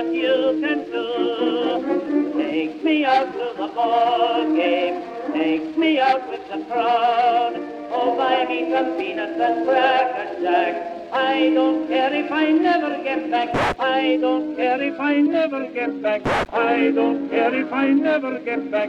what you can do. Take me out to the ball game. Take me out with the crowd. Oh, buy me some peanuts and cracker jack. I don't care if I never get back. I don't care if I never get back. I don't care if I never get back.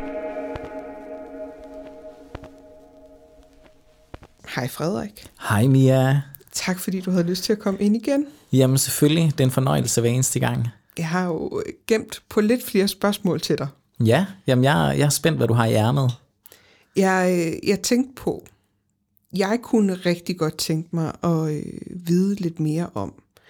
Hej Frederik. Hej Mia. Tak fordi du havde lyst til at komme ind igen. Jamen selvfølgelig, det er en fornøjelse hver eneste gang. Jeg har jo gemt på lidt flere spørgsmål til dig. Ja, jamen jeg er spændt, hvad du har i ærmet. Jeg tænkte på, jeg kunne rigtig godt tænke mig at vide lidt mere om,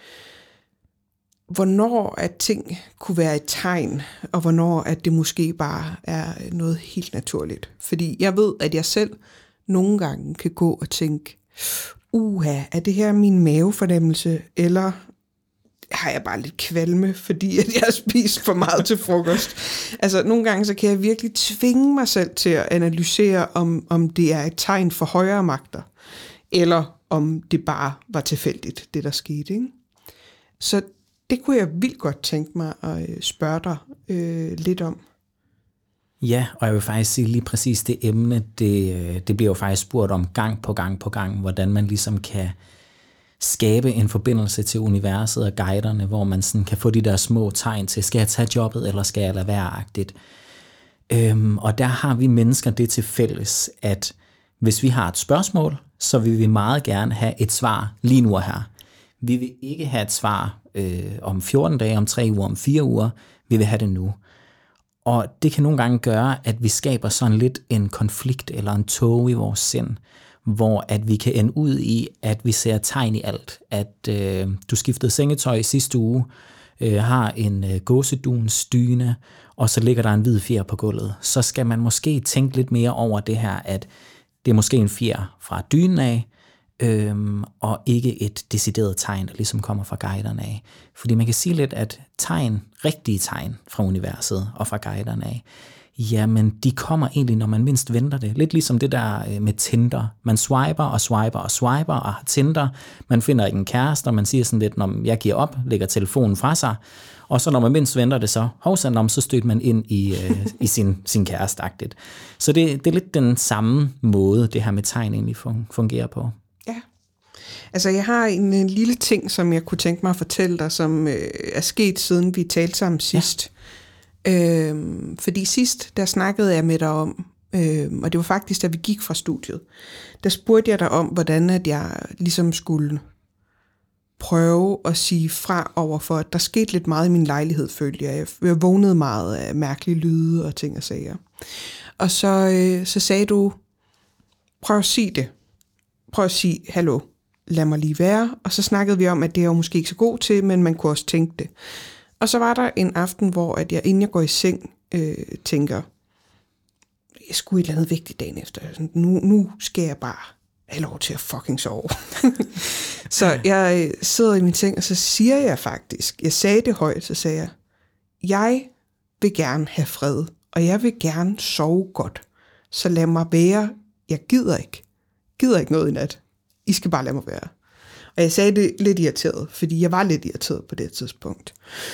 hvornår at ting kunne være et tegn, og hvornår at det måske bare er noget helt naturligt. Fordi jeg ved, at jeg selv nogle gange kan gå og tænke, er det her min mavefornemmelse, eller har jeg bare lidt kvalme, fordi at jeg har spist for meget til frokost. Altså nogle gange så kan jeg virkelig tvinge mig selv til at analysere, om det er et tegn for højere magter, eller om det bare var tilfældigt, det der skete. Ikke? Så det kunne jeg vildt godt tænke mig at spørge dig lidt om. Ja, og jeg vil faktisk sige lige præcis det emne, det bliver jo faktisk spurgt om gang på gang, hvordan man ligesom kan skabe en forbindelse til universet og guiderne, hvor man sådan kan få de der små tegn til, skal jeg tage jobbet, eller skal jeg lade være-agtigt. Og der har vi mennesker det til fælles, at hvis vi har et spørgsmål, så vil vi meget gerne have et svar lige nu og her. Vi vil ikke have et svar om 14 dage, om 3 uger, om 4 uger. Vi vil have det nu. Og det kan nogle gange gøre, at vi skaber sådan lidt en konflikt eller en tåge i vores sind, hvor at vi kan ende ud i, at vi ser tegn i alt. At du skiftede sengetøj sidste uge, har en gåseduns dyne, og så ligger der en hvid fjer på gulvet. Så skal man måske tænke lidt mere over det her, at det er måske en fjer fra dynen af, og ikke et decideret tegn, der ligesom kommer fra guiderne af. Fordi man kan sige lidt, at rigtige tegn fra universet og fra guiderne af, jamen de kommer egentlig, når man mindst venter det. Lidt ligesom det der med Tinder. Man swiper og har Tinder. Man finder ikke en kæreste, og man siger sådan lidt, når jeg giver op, lægger telefonen fra sig, og så når man mindst venter det så støtter man ind i sin kæreste-agtigt. Så det er lidt den samme måde, det her med tegn egentlig fungerer på. Ja. Altså jeg har en lille ting, som jeg kunne tænke mig at fortælle dig, som er sket siden vi talte sammen sidst. Ja. Fordi sidst, der snakkede jeg med dig om, og det var faktisk, da vi gik fra studiet, der spurgte jeg dig om, hvordan at jeg ligesom skulle prøve at sige fra overfor, at der skete lidt meget i min lejlighed, følte jeg. Jeg vågnede meget af mærkelige lyde og ting og sager. Og så sagde du, prøv at sige det. Prøv at sige, hallo, lad mig lige være. Og så snakkede vi om, at det er jo måske ikke så god til, men man kunne også tænke det. Og så var der en aften, hvor at jeg, inden jeg går i seng, tænker, jeg skulle et eller andet vigtigt dagen efter. Nu skal jeg bare have lov til at fucking sove. Så jeg sidder i min seng, og så siger jeg faktisk, jeg sagde det højt, så sagde jeg vil gerne have fred, og jeg vil gerne sove godt. Så lad mig være, jeg gider ikke noget i nat. I skal bare lade mig være. Og jeg sagde det lidt irriteret, fordi jeg var lidt irriteret på det tidspunkt.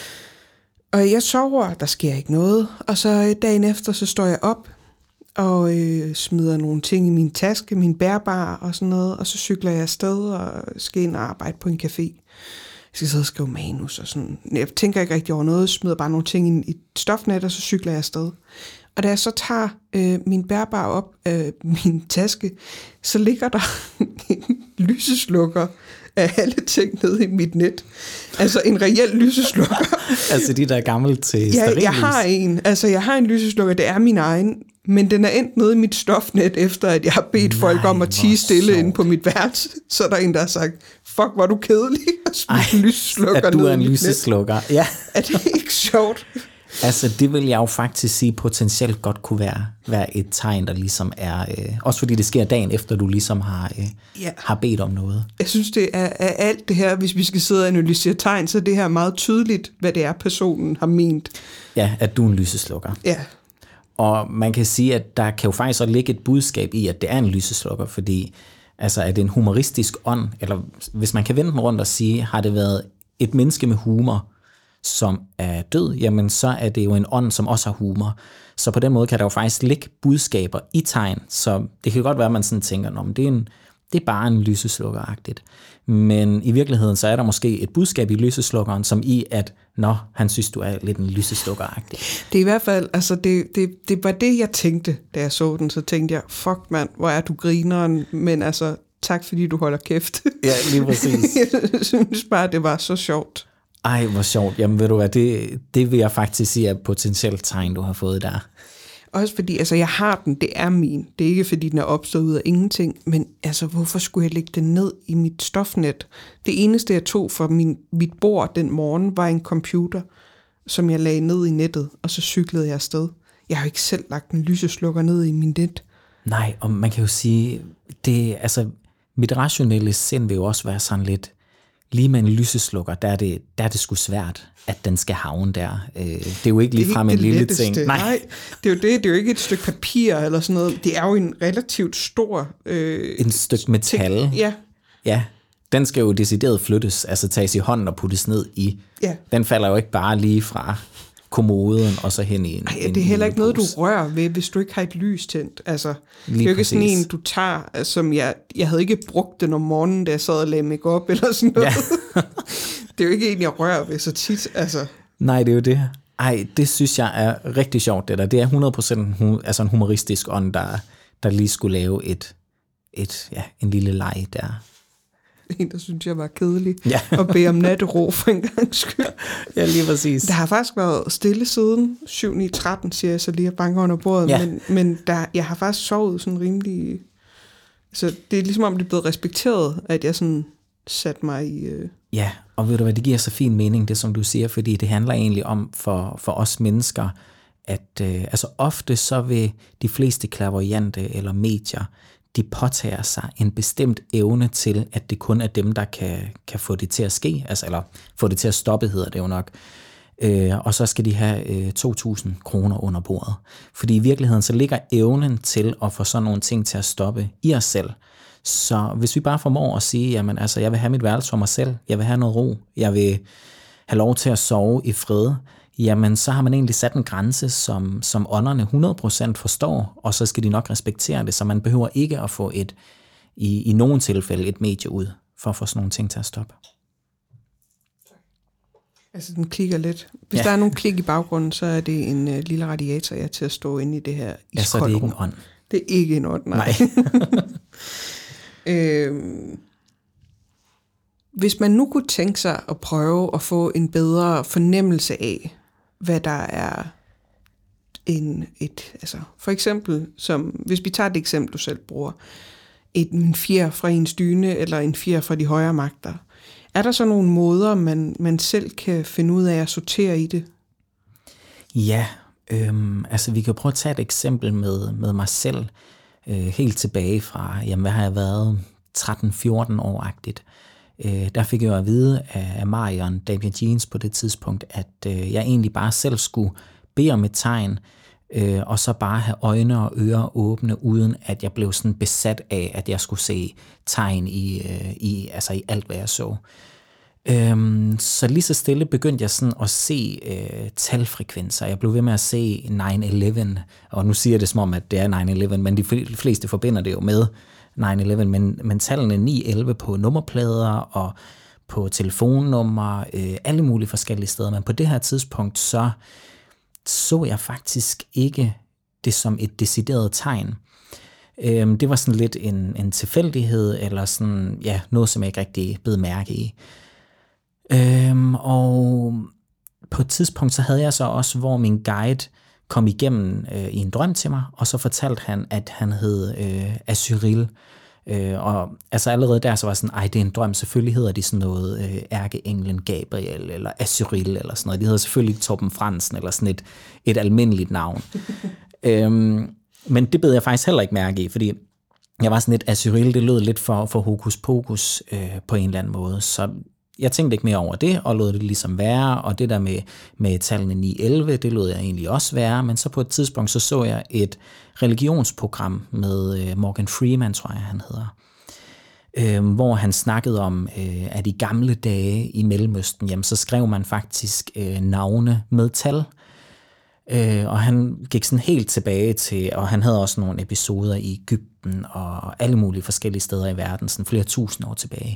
Og jeg sover, der sker ikke noget. Og så dagen efter, så står jeg op og smider nogle ting i min taske, min bærbar og sådan noget. Og så cykler jeg afsted og skal ind og arbejde på en café. Jeg skal sidde og skrive manus og sådan. Jeg tænker ikke rigtig over noget, smider bare nogle ting i et stofnet, og så cykler jeg afsted. Og da jeg så tager min bærbar op af min taske, så ligger der en lyseslukker af alle ting nede i mit net. Altså en reel lyseslukker. Altså de der gamle til stearinlys. Jeg har en lyseslukker, det er min egen, men den er endt nede i mit stofnet, efter at jeg har bedt folk om at tie stille inde på mit værelse. Så er der en, der har sagt, fuck, hvor er du kedelig at smide en lyseslukker at du er en lyseslukker. Ja. Er det ikke sjovt? Altså, det vil jeg jo faktisk sige potentielt godt kunne være et tegn, der ligesom er... også fordi det sker dagen efter, du ligesom har bedt om noget. Jeg synes, det er alt det her, hvis vi skal sidde og analysere tegn, så det her er meget tydeligt, hvad det er, personen har ment. Ja, at du er en lyseslukker. Ja. Og man kan sige, at der kan jo faktisk også ligge et budskab i, at det er en lyseslukker, fordi altså, er det en humoristisk ånd, eller hvis man kan vende den rundt og sige, har det været et menneske med humor, som er død, jamen så er det jo en ånd, som også har humor. Så på den måde kan der jo faktisk ligge budskaber i tegn, så det kan godt være, at man sådan tænker, det er bare en lyseslukker-agtigt. Men i virkeligheden, så er der måske et budskab i lyseslukkeren, som i, at han synes, du er lidt en lyseslukker-agtig. Det er i hvert fald, altså det var det, jeg tænkte, da jeg så den. Så tænkte jeg, fuck mand, hvor er du grineren, men altså, tak fordi du holder kæft. Ja, lige præcis. Jeg synes bare, det var så sjovt. Ej, hvor sjovt. Jamen ved du hvad, det vil jeg faktisk sige er et potentielt tegn, du har fået der. Også fordi, altså jeg har den, det er min. Det er ikke fordi, den er opstået ud af ingenting, men altså hvorfor skulle jeg lægge den ned i mit stofnet? Det eneste, jeg tog fra mit bord den morgen, var en computer, som jeg lagde ned i nettet, og så cyklede jeg afsted. Jeg har jo ikke selv lagt en lyseslukker ned i min net. Nej, og man kan jo sige, mit rationelle sind vil jo også være sådan lidt, lige med en lyseslukker, der er det sgu svært, at den skal havne der. Det er jo ikke ligefrem en lille ting. Nej, det er jo det. Det er jo ikke et stykke papir eller sådan noget. Det er jo en relativt stor... en stykke metal. Ting. Ja. Ja, den skal jo decideret flyttes, altså tages i hånden og puttes ned i. Ja. Den falder jo ikke bare lige fra kommoden og så hen i en... Ej, det er heller ikke noget, du rører ved, hvis du ikke har et lys tændt. Altså, det er jo ikke sådan en, du tager, som jeg havde ikke brugt den om morgenen, da jeg sad og lagde make-up eller sådan noget. Ja. Det er jo ikke en, jeg rører ved så tit. Altså. Nej, det er jo det. Ej, det synes jeg er rigtig sjovt, det der. Det er 100% altså en humoristisk ånd, der lige skulle lave en lille leg der. En, der synes jeg var kedelig, og bede om nattero for en gang skyld. Ja, lige præcis. Der har faktisk været stille siden 7-9-13, siger jeg så lige at banke under bordet, men jeg har faktisk sovet sådan rimelig... Så det er ligesom om, det er blevet respekteret, at jeg sådan satte mig i... Ja, og ved du hvad, det giver så fin mening, det som du siger, fordi det handler egentlig om for os mennesker, at altså ofte så vil de fleste clairvoyante eller medier, de påtager sig en bestemt evne til, at det kun er dem, der kan få det til at ske, altså, eller få det til at stoppe, hedder det jo nok. Og så skal de have 2.000 kroner under bordet. Fordi i virkeligheden, så ligger evnen til at få sådan nogle ting til at stoppe i os selv. Så hvis vi bare formår at sige, jamen altså, jeg vil have mit værelse for mig selv, jeg vil have noget ro, jeg vil have lov til at sove i fred, jamen så har man egentlig sat en grænse, som ånderne 100% forstår, og så skal de nok respektere det, så man behøver ikke at få i nogle tilfælde et medie ud, for at få sådan nogle ting til at stoppe. Altså den klikker lidt. Hvis der er nogle klik i baggrunden, så er det en lille radiator, jeg er til at stå inde i det her iskolde. Ja, så er det ikke en ånd. Det er ikke en ånd, nej. Hvis man nu kunne tænke sig at prøve at få en bedre fornemmelse af, hvad der er altså for eksempel, som hvis vi tager det eksempel, du selv bruger, en fjer fra ens dyne, eller en fjer fra de højere magter, er der så nogle måder, man selv kan finde ud af at sortere i det? Ja, altså vi kan prøve at tage et eksempel med mig selv, helt tilbage fra, jamen hvad har jeg været, 13-14 år-agtigt. Der fik jeg jo at vide af Marion Damien Jeans på det tidspunkt, at jeg egentlig bare selv skulle bede om et tegn, og så bare have øjne og ører åbne, uden at jeg blev sådan besat af, at jeg skulle se tegn i alt, hvad jeg så. Så lige så stille begyndte jeg sådan at se talfrekvenser. Jeg blev ved med at se 9/11, og nu siger jeg det som om, at det er 9/11, men de fleste forbinder det jo med 9/11, men tallene 9/11 på nummerplader og på telefonnummer, alle mulige forskellige steder. Men på det her tidspunkt, så jeg faktisk ikke det som et decideret tegn. Det var sådan lidt en tilfældighed, eller sådan, ja, noget, som jeg ikke rigtig bed mærke i. Og på et tidspunkt, så havde jeg så også, hvor min guide kom igennem i en drøm til mig, og så fortalte han, at han hed Azyril. Og altså allerede der, så var sådan, det er en drøm, selvfølgelig hedder de sådan noget ærkeenglen Gabriel, eller Azyril, eller sådan noget. De hedder selvfølgelig Torben Fransen, eller sådan et almindeligt navn. Men det bed jeg faktisk heller ikke mærke i, fordi jeg var sådan lidt, Azyril, det lød lidt for hokus pokus på en eller anden måde, så jeg tænkte ikke mere over det, og lod det ligesom være, og det der med tallene 9-11, det lod jeg egentlig også være, men så på et tidspunkt, så jeg et religionsprogram med Morgan Freeman, tror jeg, han hedder. hvor han snakkede om, at i gamle dage i Mellemøsten, jamen, så skrev man faktisk navne med tal. Og han gik sådan helt tilbage til, og han havde også nogle episoder i Egypten og alle mulige forskellige steder i verden, sådan flere tusind år tilbage.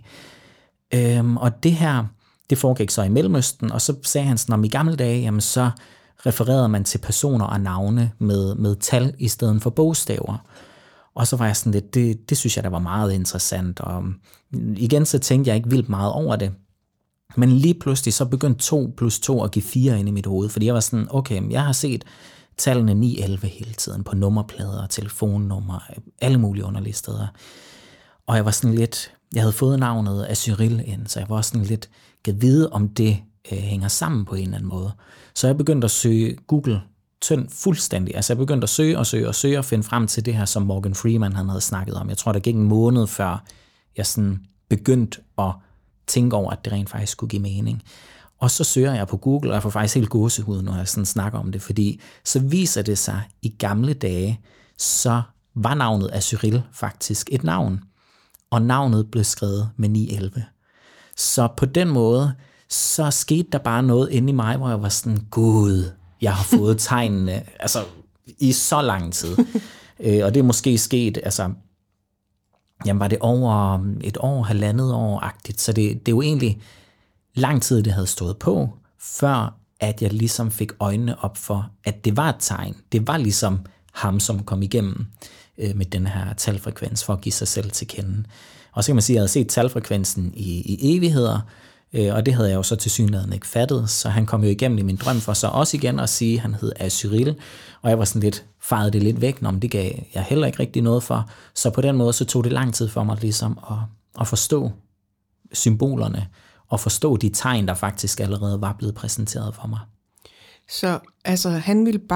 Og det her, det foregik så i Mellemøsten, og så sagde han sådan, om i gamle dage, jamen så refererede man til personer og navne med tal i stedet for bogstaver. Og så var jeg sådan lidt, det synes jeg, der var meget interessant, og igen så tænkte jeg ikke vildt meget over det. Men lige pludselig så begyndte 2 + 2 at give 4 ind i mit hoved, fordi jeg var sådan, okay, jeg har set tallene 911 hele tiden på nummerplader, telefonnummer, alle mulige underlige steder. Og jeg var sådan lidt, jeg havde fået navnet af Cyril ind, så jeg var sådan lidt, kan vide om det hænger sammen på en eller anden måde. Så jeg begyndte at søge Google tynd fuldstændig. Altså jeg begyndte at søge og finde frem til det her, som Morgan Freeman han havde snakket om. Jeg tror, der gik en måned før jeg sådan begyndte at tænke over, at det rent faktisk skulle give mening. Og så søger jeg på Google, og jeg får faktisk helt gåsehud, når jeg sådan snakker om det, fordi så viser det sig, i gamle dage, så var navnet af Cyril faktisk et navn, og navnet blev skrevet med 911. Så på den måde, så skete der bare noget inde i mig, hvor jeg var sådan, gud, jeg har fået tegnene, altså i så lang tid. Og det er måske sket, altså, jamen var det over et år, 1,5 år-agtigt, så det er jo egentlig lang tid, det havde stået på, før at jeg ligesom fik øjnene op for, at det var et tegn. Det var ligesom ham, som kom igennem med den her talfrekvens for at give sig selv til kende. Og så kan man sige, at jeg havde set talfrekvensen i evigheder, og det havde jeg jo så tilsyneladende ikke fattet, så han kom jo igennem i min drøm for så også igen at sige, at han hed Cyril, og jeg var sådan lidt, farede det lidt væk, men det gav jeg heller ikke rigtig noget for, så på den måde så tog det lang tid for mig ligesom at forstå symbolerne, og forstå de tegn, der faktisk allerede var blevet præsenteret for mig. Så altså, han ville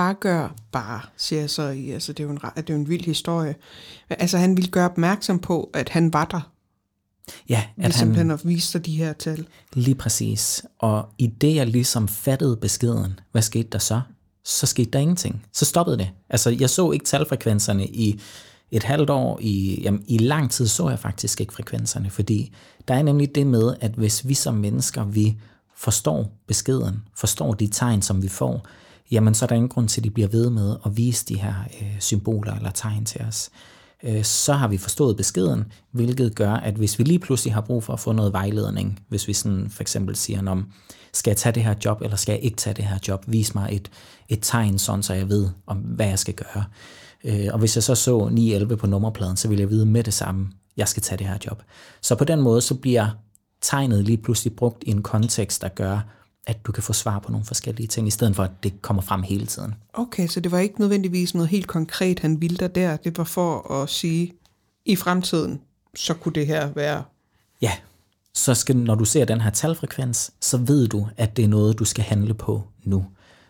siger jeg så i, altså det er jo en vild historie, altså han ville gøre opmærksom på, at han var der. Ja, at han viste de her tal. Lige præcis. Og i det, jeg ligesom fattede beskeden, hvad skete der så? Så skete der ingenting. Så stoppede det. Altså, jeg så ikke talfrekvenserne i et halvt år. I lang tid så jeg faktisk ikke frekvenserne, fordi der er nemlig det med, at hvis vi som mennesker, vi forstår beskeden, forstår de tegn, som vi får, jamen så er der ingen grund til, at de bliver ved med at vise de her symboler eller tegn til os. Så har vi forstået beskeden, hvilket gør, at hvis vi lige pludselig har brug for at få noget vejledning, hvis vi sådan for eksempel siger, skal jeg tage det her job, eller skal jeg ikke tage det her job, vis mig et tegn, sådan så jeg ved, om hvad jeg skal gøre. Og hvis jeg så 911 på nummerpladen, så vil jeg vide med det samme, jeg skal tage det her job. Så på den måde, så bliver tegnet lige pludselig brugt i en kontekst, der gør, at du kan få svar på nogle forskellige ting, i stedet for, at det kommer frem hele tiden. Okay, så det var ikke nødvendigvis noget helt konkret, han ville der. Det var for at sige, i fremtiden, så kunne det her være... Ja, så når du ser den her talfrekvens, så ved du, at det er noget, du skal handle på nu.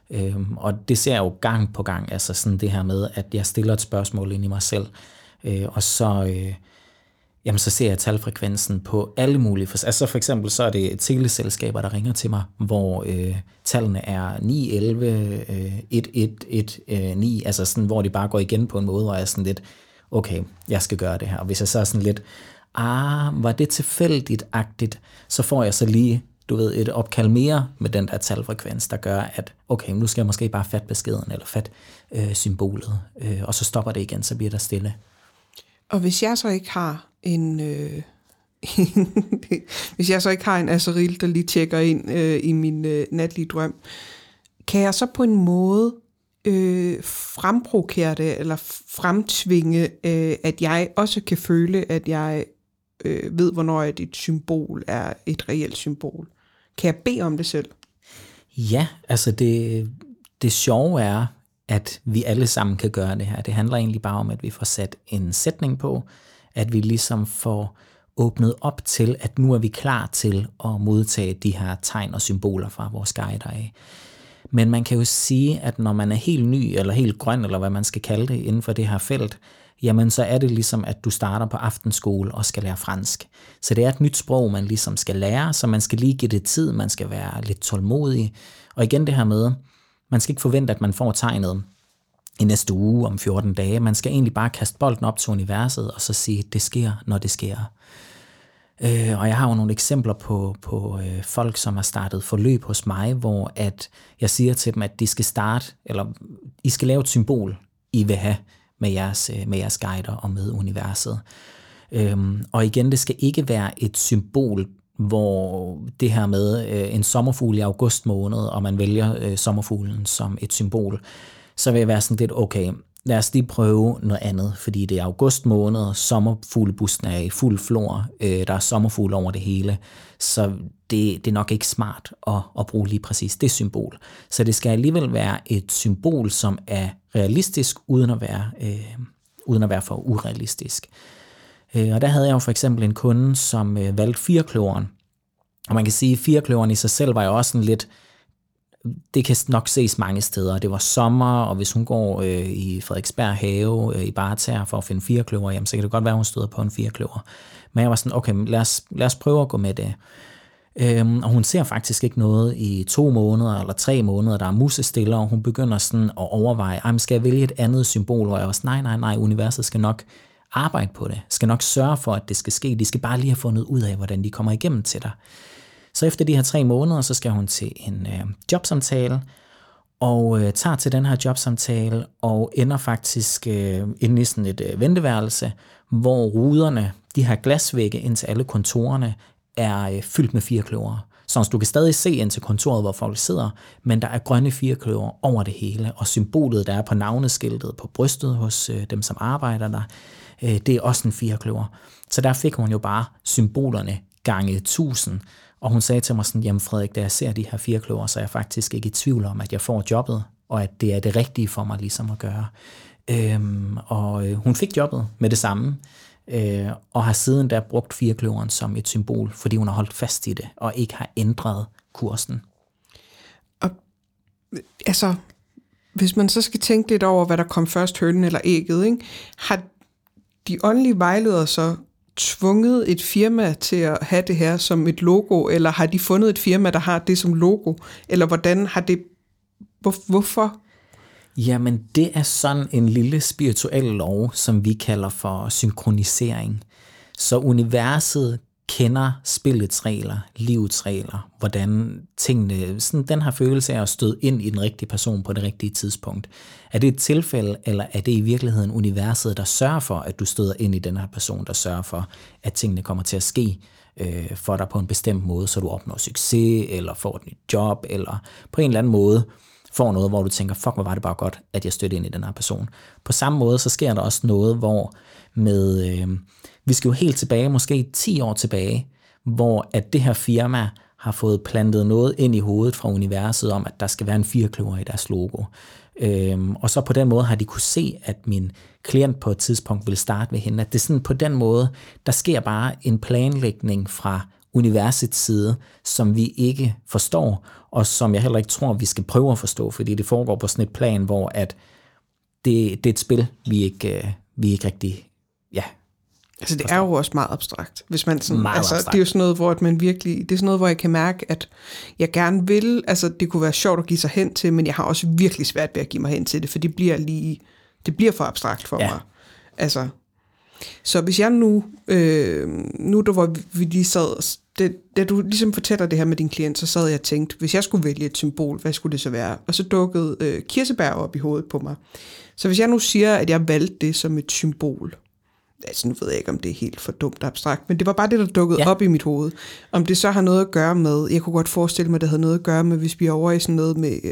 Og det ser jeg jo gang på gang, altså sådan det her med, at jeg stiller et spørgsmål ind i mig selv, og så... Jamen, så ser jeg talfrekvensen på alle mulige... Altså for eksempel så er det teleselskaber, der ringer til mig, hvor tallene er 911, 1119, altså sådan, hvor de bare går igen på en måde, hvor jeg er sådan lidt, okay, jeg skal gøre det her. Og hvis jeg så er sådan lidt, var det tilfældigt-agtigt, så får jeg så lige, et opkald mere med den der talfrekvens, der gør, at okay, nu skal jeg måske bare fatte beskeden, eller fatte symbolet, og så stopper det igen, så bliver der stille. Og hvis jeg så ikke har hvis jeg så ikke har en Azrael, der lige tjekker ind i min natlige drøm, kan jeg så på en måde fremprovokere det, eller fremtvinge, at jeg også kan føle, at jeg ved, hvornår et symbol er et reelt symbol? Kan jeg bede om det selv? Ja, altså det sjove er, at vi alle sammen kan gøre det her. Det handler egentlig bare om, at vi får sat en sætning på, at vi ligesom får åbnet op til, at nu er vi klar til at modtage de her tegn og symboler fra vores guider af. Men man kan jo sige, at når man er helt ny, eller helt grøn, eller hvad man skal kalde det inden for det her felt, jamen så er det ligesom, at du starter på aftenskole og skal lære fransk. Så det er et nyt sprog, man ligesom skal lære, så man skal lige give det tid, man skal være lidt tålmodig. Og igen det her med, man skal ikke forvente, at man får tegnet i næste uge om 14 dage. Man skal egentlig bare kaste bolden op til universet og så sige, det sker, når det sker. Og jeg har jo nogle eksempler på folk, som har startet forløb hos mig, hvor at jeg siger til dem, at de skal starte, eller I skal lave et symbol, I vil have med jeres guider og med universet. Og igen, det skal ikke være et symbol, hvor det her med en sommerfugl i august måned, og man vælger sommerfuglen som et symbol, så vil jeg være sådan lidt, okay, lad os lige prøve noget andet, fordi det er august måned, sommerfuglebussen er i fuld flor, der er sommerfugle over det hele, så det er nok ikke smart at bruge lige præcis det symbol. Så det skal alligevel være et symbol, som er realistisk, uden at være for urealistisk. Og der havde jeg jo for eksempel en kunde, som valgte firekløveren. Og man kan sige, at firekløveren i sig selv var jo også sådan lidt, det kan nok ses mange steder. Det var sommer, og hvis hun går i Frederiksberg have i Bartær for at finde firekløver, jamen, så kan det godt være, at hun støder på en firekløver. Men jeg var sådan, okay, lad os prøve at gå med det. Og hun ser faktisk ikke noget i 2 måneder eller 3 måneder, der er musestille, og hun begynder sådan at overveje, skal jeg vælge et andet symbol? Og jeg var sådan, nej, universet skal nok arbejde på det, skal nok sørge for, at det skal ske. De skal bare lige have fundet ud af, hvordan de kommer igennem til dig. Så efter de her 3 måneder, så skal hun til en jobsamtale, og tager til den her jobsamtale, og ender faktisk inde i sådan et venteværelse, hvor ruderne, de her glasvægge ind til alle kontorerne, er fyldt med firekløver. Så du kan stadig se ind til kontoret, hvor folk sidder, men der er grønne firekløver over det hele, og symbolet, der er på navneskiltet på brystet hos dem, som arbejder der, det er også en firekløver. Så der fik hun jo bare symbolerne gange 1000, og hun sagde til mig sådan, jamen Frederik, da jeg ser de her firekløver, så er jeg faktisk ikke i tvivl om, at jeg får jobbet, og at det er det rigtige for mig ligesom at gøre. Og hun fik jobbet med det samme, og har siden da brugt firekløveren som et symbol, fordi hun har holdt fast i det, og ikke har ændret kursen. Og altså, hvis man så skal tænke lidt over, hvad der kom først, hønen eller ægget, ikke? Har de åndelige vejledere så tvunget et firma til at have det her som et logo, eller har de fundet et firma, der har det som logo, eller hvordan har det, hvorfor? Jamen, det er sådan en lille spirituel lov, som vi kalder for synkronisering. Så universet kender spillets regler, livets regler, hvordan tingene, sådan den her følelse af at støde ind i den rigtige person på det rigtige tidspunkt. Er det et tilfælde, eller er det i virkeligheden universet, der sørger for, at du støder ind i den her person, der sørger for, at tingene kommer til at ske for dig på en bestemt måde, så du opnår succes, eller får et nyt job, eller på en eller anden måde får noget, hvor du tænker, fuck, hvor var det bare godt, at jeg stødte ind i den her person. På samme måde, så sker der også noget, hvor vi skal jo helt tilbage, måske 10 år tilbage, hvor at det her firma har fået plantet noget ind i hovedet fra universet om, at der skal være en firekløver i deres logo. Og så på den måde har de kunne se, at min klient på et tidspunkt vil starte ved hende. At det er sådan på den måde, der sker bare en planlægning fra universets side, som vi ikke forstår, og som jeg heller ikke tror, vi skal prøve at forstå, fordi det foregår på sådan et plan, hvor at det er et spil, vi ikke rigtig, ja. Altså det er jo også meget abstrakt, hvis man sådan, altså det er jo sådan noget, hvor at man virkelig, det er sådan noget, hvor jeg kan mærke, at jeg gerne vil, altså det kunne være sjovt at give sig hen til, men jeg har også virkelig svært ved at give mig hen til det, for det bliver for abstrakt for mig. Altså, så hvis jeg nu der hvor vi lige sad, da du ligesom fortæller det her med din klient, så sad jeg og tænkte, hvis jeg skulle vælge et symbol, hvad skulle det så være? Og så dukkede kirsebær op i hovedet på mig. Så hvis jeg nu siger, at jeg valgte det som et symbol, altså nu ved jeg ikke, om det er helt for dumt abstrakt, men det var bare det, der dukkede op i mit hoved. Om det så har noget at gøre med, jeg kunne godt forestille mig, at det havde noget at gøre med, hvis vi er over i sådan noget med,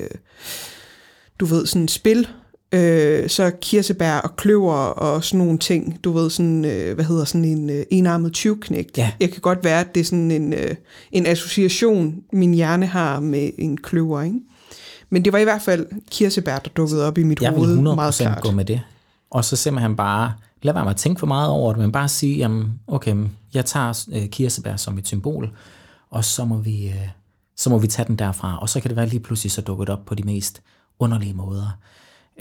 du ved, sådan et spil, så kirsebær og kløver og sådan nogle ting, du ved, sådan, sådan en enarmet tyveknægt. Ja. Jeg kan godt være, at det er sådan en association, min hjerne har med en kløver, ikke? Men det var i hvert fald kirsebær, der dukkede op i mit hoved meget klart. Jeg vil 100% gå med det. Og så simpelthen bare, lad være med at tænke for meget over det, men bare sige, jamen, okay, jeg tager kirsebær som et symbol, og så må vi tage den derfra, og så kan det være lige pludselig så dukket op på de mest underlige måder.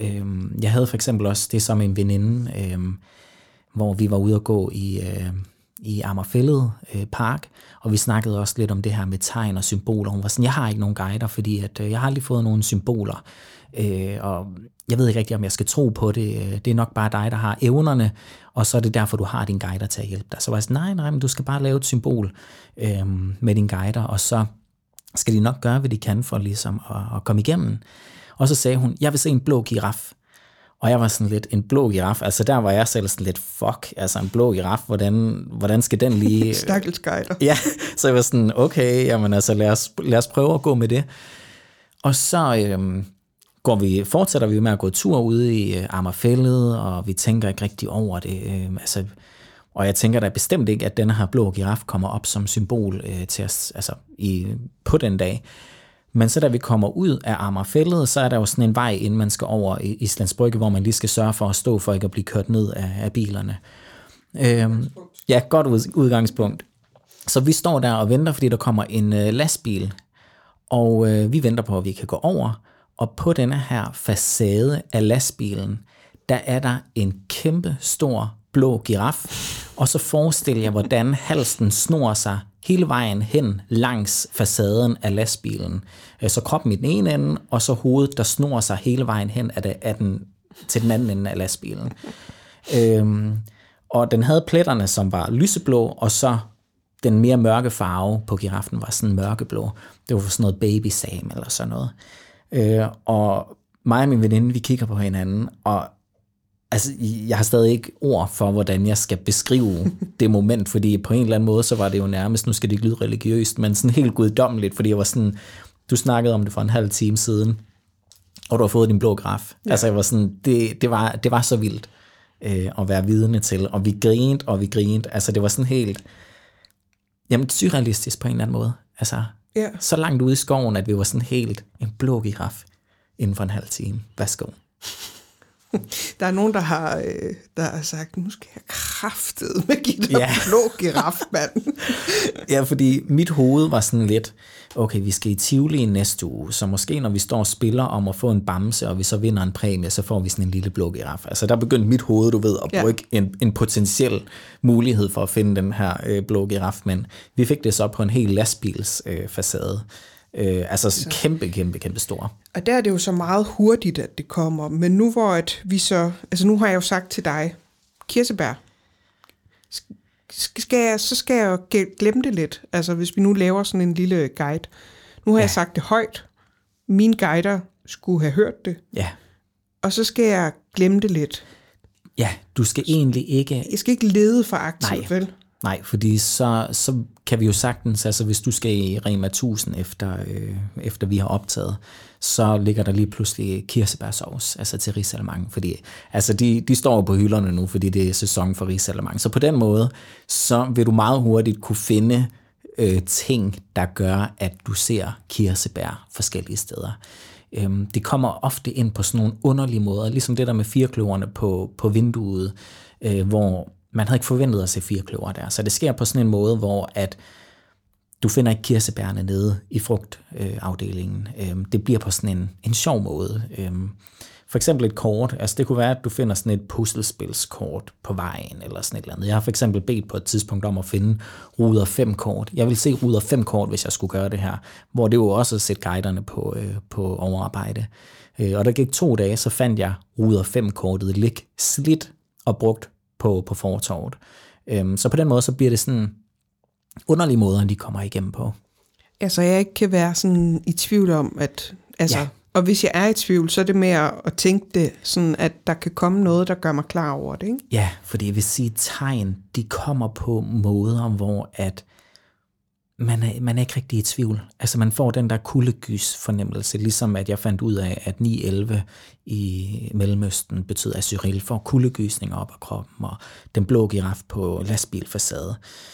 Jeg havde for eksempel også det som en veninde, hvor vi var ude at gå i Amagerfælled Park, og vi snakkede også lidt om det her med tegn og symboler. Hun var sådan, jeg har ikke nogen guider, fordi at, jeg har aldrig fået nogen symboler, og jeg ved ikke rigtig, om jeg skal tro på det. Det er nok bare dig, der har evnerne, og så er det derfor, du har din guider til at hjælpe dig. Så var jeg sådan, nej, men du skal bare lave et symbol med din guider, og så skal de nok gøre, hvad de kan for ligesom at komme igennem. Og så sagde hun, jeg vil se en blå giraf. Og jeg var sådan lidt, en blå giraf, altså der var jeg selv sådan lidt, fuck, altså en blå giraf, hvordan skal den lige... Stakkels guider. Ja, så jeg var sådan, okay, jamen altså lad os prøve at gå med det. Og så fortsætter vi med at gå tur ude i Amagerfælled, og vi tænker ikke rigtig over det. Og jeg tænker da bestemt ikke, at denne her blå giraf kommer op som symbol til os på den dag. Men så da vi kommer ud af Amagerfælled, så er der jo sådan en vej, inden man skal over i Islands Brygge, hvor man lige skal sørge for at stå for ikke at blive kørt ned af bilerne. Ja, godt udgangspunkt. Så vi står der og venter, fordi der kommer en lastbil, og vi venter på, at vi kan gå over. Og på denne her facade af lastbilen, der er der en kæmpe stor blå giraf, og så forestiller jeg, hvordan halsen snor sig hele vejen hen langs facaden af lastbilen. Så kroppen i den ene ende, og så hovedet, der snor sig hele vejen hen til den anden ende af lastbilen. Og den havde pletterne, som var lyseblå, og så den mere mørke farve på giraffen var sådan mørkeblå. Det var sådan noget babysam eller sådan noget. Og mig og min veninde, vi kigger på hinanden, og altså, jeg har stadig ikke ord for, hvordan jeg skal beskrive det moment, fordi på en eller anden måde, så var det jo nærmest, nu skal det ikke lyde religiøst, men sådan helt guddommeligt, fordi jeg var sådan, du snakkede om det for en halv time siden, og du har fået din blå giraf. Ja. Altså, jeg var sådan, det var så vildt at være vidne til, og vi grinte, altså det var sådan helt, jamen surrealistisk på en eller anden måde, altså så langt ude i skoven, at vi var sådan helt, en blå giraf inden for en halv time. Værsgo. Der er nogen, der har sagt, nu skal jeg kraftedeme give dig blå giraf, mand. Ja, fordi mit hoved var sådan lidt, okay, vi skal i Tivoli næste uge, så måske når vi står og spiller om at få en bamse, og vi så vinder en præmie, så får vi sådan en lille blå giraf. Altså der begyndte mit hoved, du ved, at bruge en potentiel mulighed for at finde den her blå giraf, men vi fik det så på en hel lastbils facade. Altså kæmpe stor. Og der er det jo så meget hurtigt, at det kommer. Men nu hvor at vi så... Altså nu har jeg jo sagt til dig, kirsebær, så skal jeg jo glemme det lidt. Altså hvis vi nu laver sådan en lille guide. Nu har jeg sagt det højt. Mine guider skulle have hørt det. Ja. Og så skal jeg glemme det lidt. Ja, du skal egentlig ikke... Jeg skal ikke lede for aktivt, vel? Nej, fordi så kan vi jo sagtens, altså hvis du skal i Rema 1000 efter vi har optaget, så ligger der lige pludselig kirsebærsovs, altså til risalemang, fordi altså de står jo på hylderne nu, fordi det er sæson for risalemang. Så på den måde, så vil du meget hurtigt kunne finde ting, der gør, at du ser kirsebær forskellige steder. Det kommer ofte ind på sådan nogle underlige måder, ligesom det der med firkløverne på vinduet, hvor man havde ikke forventet at se firkløver der. Så det sker på sådan en måde, hvor at du finder ikke kirsebærne nede i frugtafdelingen. Det bliver på sådan en sjov måde. For eksempel et kort. Altså det kunne være, at du finder sådan et puslespilskort på vejen, eller sådan et eller andet. Jeg har for eksempel bedt på et tidspunkt om at finde ruder 5 kort. Jeg vil se ruder 5 kort, hvis jeg skulle gøre det her. Hvor det jo også at sætte guiderne på overarbejde. Og der gik 2 dage, så fandt jeg ruder 5 kortet ligge slidt og brugt på fortorvet. Så på den måde, så bliver det sådan underlige måder, de kommer igennem på. Altså, jeg ikke kan være sådan i tvivl om, at... Altså, og hvis jeg er i tvivl, så er det med at tænke det, sådan at der kan komme noget, der gør mig klar over det, ikke? Ja, fordi jeg vil sige, tegn, de kommer på måder, hvor at man er ikke rigtig i tvivl. Altså man får den der kuldegys fornemmelse, ligesom at jeg fandt ud af, at 9-11 i Mellemøsten betyder, at Cyril får kuldegysninger op af kroppen, og den blå giraf på lastbilfacade.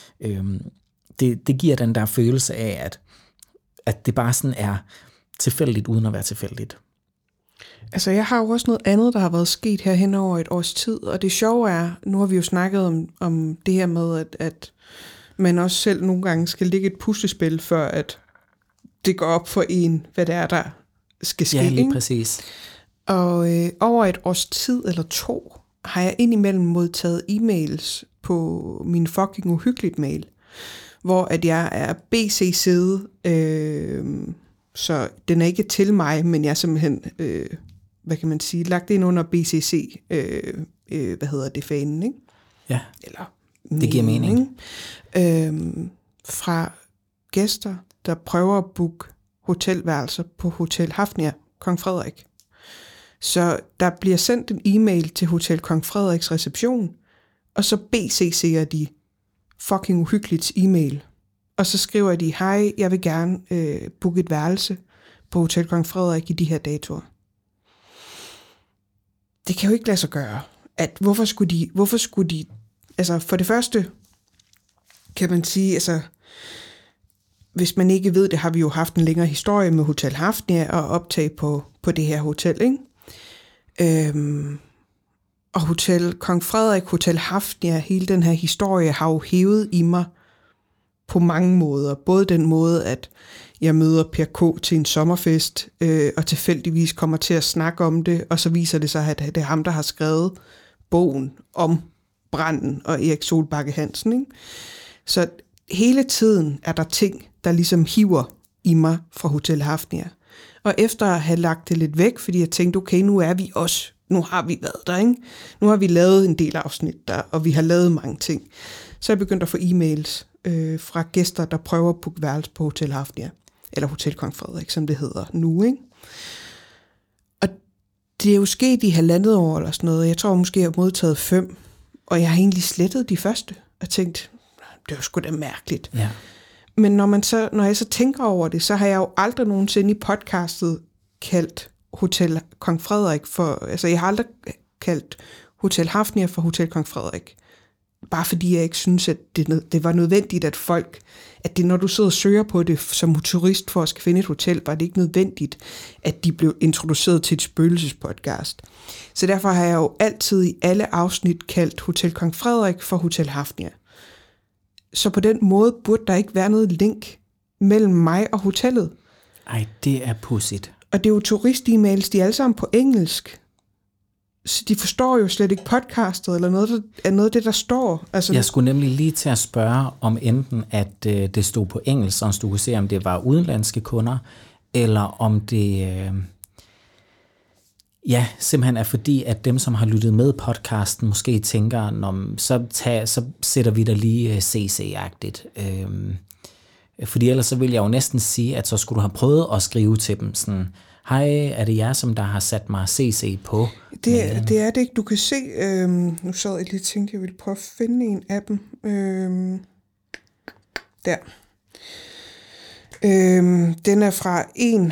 Det giver den der følelse af, at det bare sådan er tilfældigt, uden at være tilfældigt. Altså jeg har jo også noget andet, der har været sket her hen over et års tid, og det sjove er, nu har vi jo snakket om det her med, at man også selv nogle gange skal lægge et puslespil, før at det går op for en, hvad det er, der skal ske. Ja, lige præcis. Og over et års tid eller 2, har jeg indimellem modtaget e-mails på min fucking uhyggeligt mail, hvor at jeg er BCC'et, så den er ikke til mig, men jeg er simpelthen, hvad kan man sige, lagt ind under BCC, fanen, ikke? Ja, eller det giver mening. Fra gæster, der prøver at booke hotelværelser på Hotel Hafnia, Kong Frederik. Så der bliver sendt en e-mail til Hotel Kong Frederiks reception, og så BCC'er de fucking uhyggeligt e-mail. Og så skriver de, hej, jeg vil gerne booke et værelse på Hotel Kong Frederik i de her datoer. Det kan jo ikke lade sig gøre. Hvorfor skulle de, altså for det første, kan man sige, altså, hvis man ikke ved det, har vi jo haft en længere historie med Hotel Hafnia og optag på det her hotel, ikke? Og Hotel Kong Frederik, Hotel Hafnia, hele den her historie har jo hævet i mig på mange måder. Både den måde, at jeg møder Per K. til en sommerfest, og tilfældigvis kommer til at snakke om det, og så viser det sig, at det er ham, der har skrevet bogen om branden og Erik Solbakke Hansen, ikke? Så hele tiden er der ting, der ligesom hiver i mig fra Hotel Hafnia. Og efter at have lagt det lidt væk, fordi jeg tænkte, okay, nu er vi også, nu har vi været der, ikke? Nu har vi lavet en del afsnit der, og vi har lavet mange ting. Så er jeg begyndt at få e-mails fra gæster, der prøver at booke værelse på Hotel Hafnia, eller Hotel Kong Frederik, som det hedder nu, ikke? Og det er jo sket i 1,5 år eller sådan noget. Jeg tror måske, jeg har modtaget 5, og jeg har egentlig slettet de første, og tænkt, det er jo sgu da mærkeligt. Ja. Men når jeg så tænker over det, så har jeg jo aldrig nogensinde i podcastet kaldt Hotel Kong Frederik for, altså jeg har aldrig kaldt Hotel Hafnia for Hotel Kong Frederik. Bare fordi jeg ikke synes, at det var nødvendigt, at folk, at det når du sidder og søger på det som turist for at skal finde et hotel, var det ikke nødvendigt, at de blev introduceret til et spøgelsespodcast. Så derfor har jeg jo altid i alle afsnit kaldt Hotel Kong Frederik for Hotel Hafnia. Så på den måde burde der ikke være noget link mellem mig og hotellet. Ej, det er pudsigt. Og det er jo turist-e-mails, de er alle sammen på engelsk. Så de forstår jo slet ikke podcastet, eller noget af det, der står. Altså, jeg skulle nemlig lige til at spørge, om enten at det stod på engelsk, så du kunne se, om det var udenlandske kunder, eller om det simpelthen er fordi, at dem, som har lyttet med podcasten, måske tænker, så sætter vi der lige CC-agtigt. Fordi ellers så vil jeg jo næsten sige, at så skulle du have prøvet at skrive til dem sådan, hej, er det jer, som der har sat mig CC på? Det er det ikke. Du kan se, nu sad jeg lige og tænkte, jeg ville prøve at finde en af dem. Der. Den er fra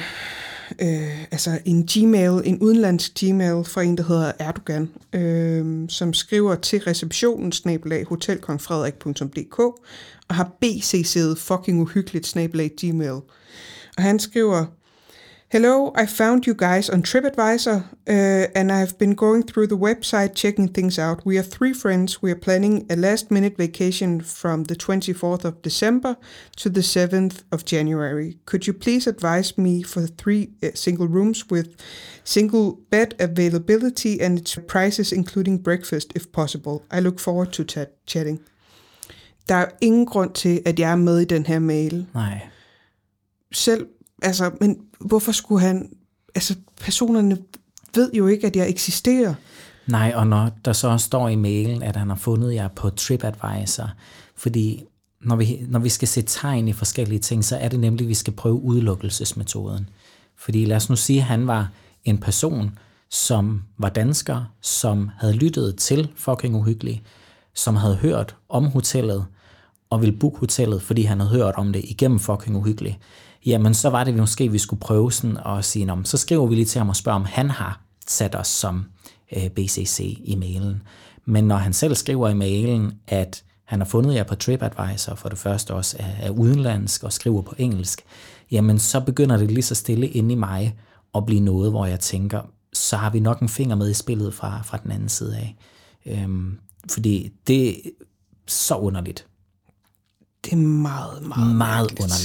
en Gmail, en udenlandsk Gmail fra en, der hedder Erdogan, som skriver til receptionen @hotelkongfrederik.dk og har BCC'et fucking uhyggeligt @gmail. Og han skriver, hello, I found you guys on TripAdvisor, and I have been going through the website checking things out. We are 3 friends. We are planning a last-minute vacation from the 24th of December to the 7th of January. Could you please advise me for 3 single rooms with single bed availability and its prices including breakfast if possible? I look forward to chatting. Der er ingen grund til, at jeg er med i den her mail. Nej. Selv, altså, men hvorfor skulle han, altså personerne ved jo ikke, at jeg eksisterer. Nej, og når der så står i mailen, at han har fundet jer på TripAdvisor, fordi når vi skal se tegn i forskellige ting, så er det nemlig, at vi skal prøve udelukkelsesmetoden. Fordi lad os nu sige, at han var en person, som var dansker, som havde lyttet til fucking uhyggelig, som havde hørt om hotellet, og ville booke hotellet, fordi han havde hørt om det igennem fucking uhyggelig. Jamen, så var det måske, vi skulle prøve sådan at sige, så skriver vi lige til ham og spørger, om han har sat os som BCC i mailen. Men når han selv skriver i mailen, at han har fundet jer på TripAdvisor, for det første også er udenlandsk og skriver på engelsk, jamen så begynder det lige så stille inde i mig at blive noget, hvor jeg tænker, så har vi nok en finger med i spillet fra den anden side af. Fordi det er så underligt. Det er meget, meget underligt.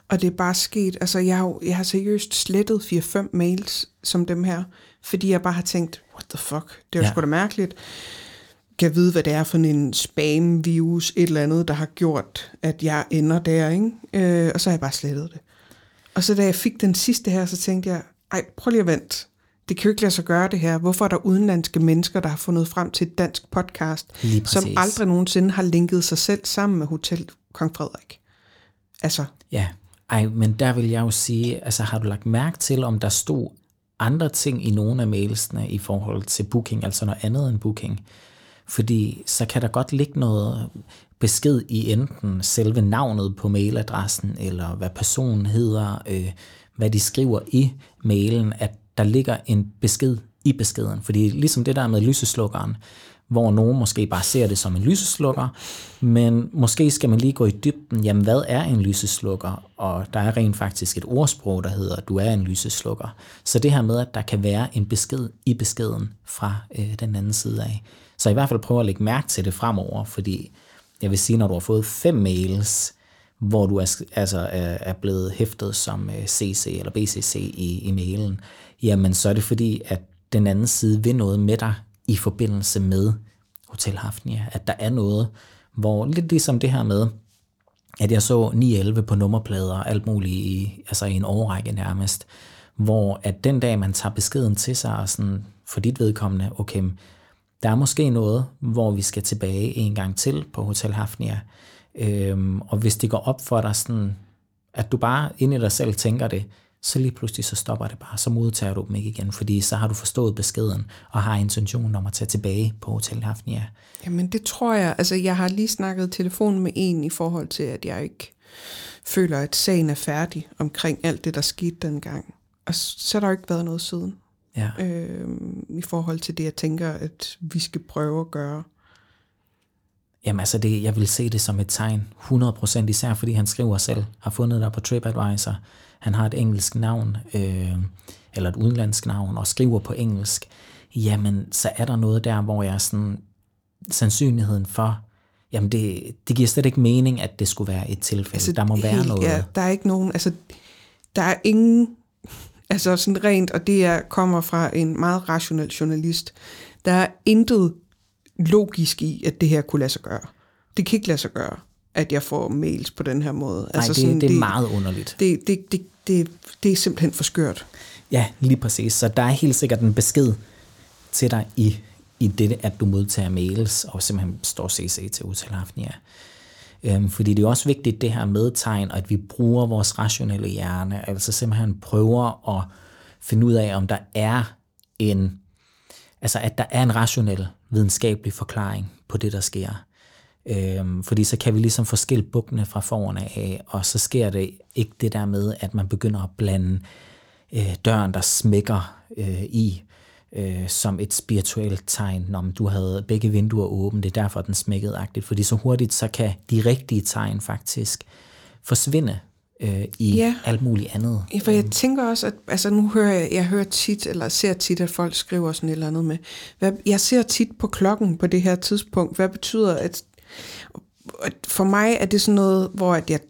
Og det er bare sket, altså jeg har seriøst slettet 4-5 mails som dem her, fordi jeg bare har tænkt, what the fuck, det er jo sgu da mærkeligt. Kan vide, hvad det er for en spam-virus, et eller andet, der har gjort, at jeg ender der, ikke? Og så har jeg bare slettet det. Og så da jeg fik den sidste her, så tænkte jeg, prøv lige at vente. Det kan jo ikke lade sig gøre det her. Hvorfor er der udenlandske mennesker, der har fundet frem til et dansk podcast, som aldrig nogensinde har linket sig selv sammen med Hotel Kong Frederik? Altså. Ja, men der vil jeg jo sige, altså har du lagt mærke til, om der stod andre ting i nogle af mailsene i forhold til booking, altså noget andet end booking? Fordi så kan der godt ligge noget besked i enten selve navnet på mailadressen, eller hvad personen hedder, hvad de skriver i mailen, at der ligger en besked i beskeden. Fordi ligesom det der med lyseslukkeren, hvor nogen måske bare ser det som en lyseslukker, men måske skal man lige gå i dybden, jamen hvad er en lyseslukker? Og der er rent faktisk et ordsprog, der hedder, du er en lyseslukker. Så det her med, at der kan være en besked i beskeden fra den anden side af. Så i hvert fald prøve at lægge mærke til det fremover, fordi jeg vil sige, når du har fået 5 mails, hvor du er blevet hæftet som CC eller BCC i mailen, jamen så er det fordi, at den anden side vil noget med dig i forbindelse med Hotel Hafnia. At der er noget, hvor lidt ligesom det her med, at jeg så 911 på nummerplader og alt muligt i en årrække nærmest, hvor at den dag, man tager beskeden til sig og sådan, for dit vedkommende, okay, der er måske noget, hvor vi skal tilbage en gang til på Hotel Hafnia. Og hvis det går op for dig sådan, at du bare inde i dig selv tænker det, så lige pludselig så stopper det bare, så modtager du dem ikke igen, fordi så har du forstået beskeden og har intentionen om at tage tilbage på Hotel Hafnia. Jamen det tror jeg, altså jeg har lige snakket telefon med en i forhold til, at jeg ikke føler, at sagen er færdig omkring alt det, der skete dengang. Og så har der jo ikke været noget siden. Ja. I forhold til det, jeg tænker, at vi skal prøve at gøre. Jamen altså, jeg vil se det som et tegn, 100%, især fordi han skriver selv, har fundet dig på TripAdvisor, han har et engelsk navn, eller et udenlandsk navn, og skriver på engelsk, jamen så er der noget der, hvor jeg sådan, sandsynligheden for, jamen det giver slet ikke mening, at det skulle være et tilfælde, altså, der må være noget. Ja, der er ikke nogen, altså der er ingen, altså sådan rent, og det kommer fra en meget rationel journalist, der er intet logisk i, at det her kunne lade sig gøre. Det kan ikke lade sig gøre, at jeg får mails på den her måde. Nej, altså det er meget underligt. Det er simpelthen for skørt. Ja, lige præcis. Så der er helt sikkert en besked til dig i det, at du modtager mails, og simpelthen står CC til Hotel Hafnia. Fordi det er også vigtigt, det her medtegn, at vi bruger vores rationelle hjerne, altså simpelthen prøver at finde ud af, om der er at der er en rationel videnskabelig forklaring på det, der sker. Fordi så kan vi ligesom få skilt bukkene fra forerne af, og så sker det ikke det der med, at man begynder at blande døren, der smækker som et spirituelt tegn, når du havde begge vinduer åbne, det er derfor, den smækkede-agtigt, fordi så hurtigt, så kan de rigtige tegn faktisk forsvinde i alt muligt andet. Ja, for jeg tænker også, at altså nu hører tit, eller ser tit, at folk skriver sådan et eller andet med, jeg ser tit på klokken på det her tidspunkt, hvad betyder, at for mig er det sådan noget, hvor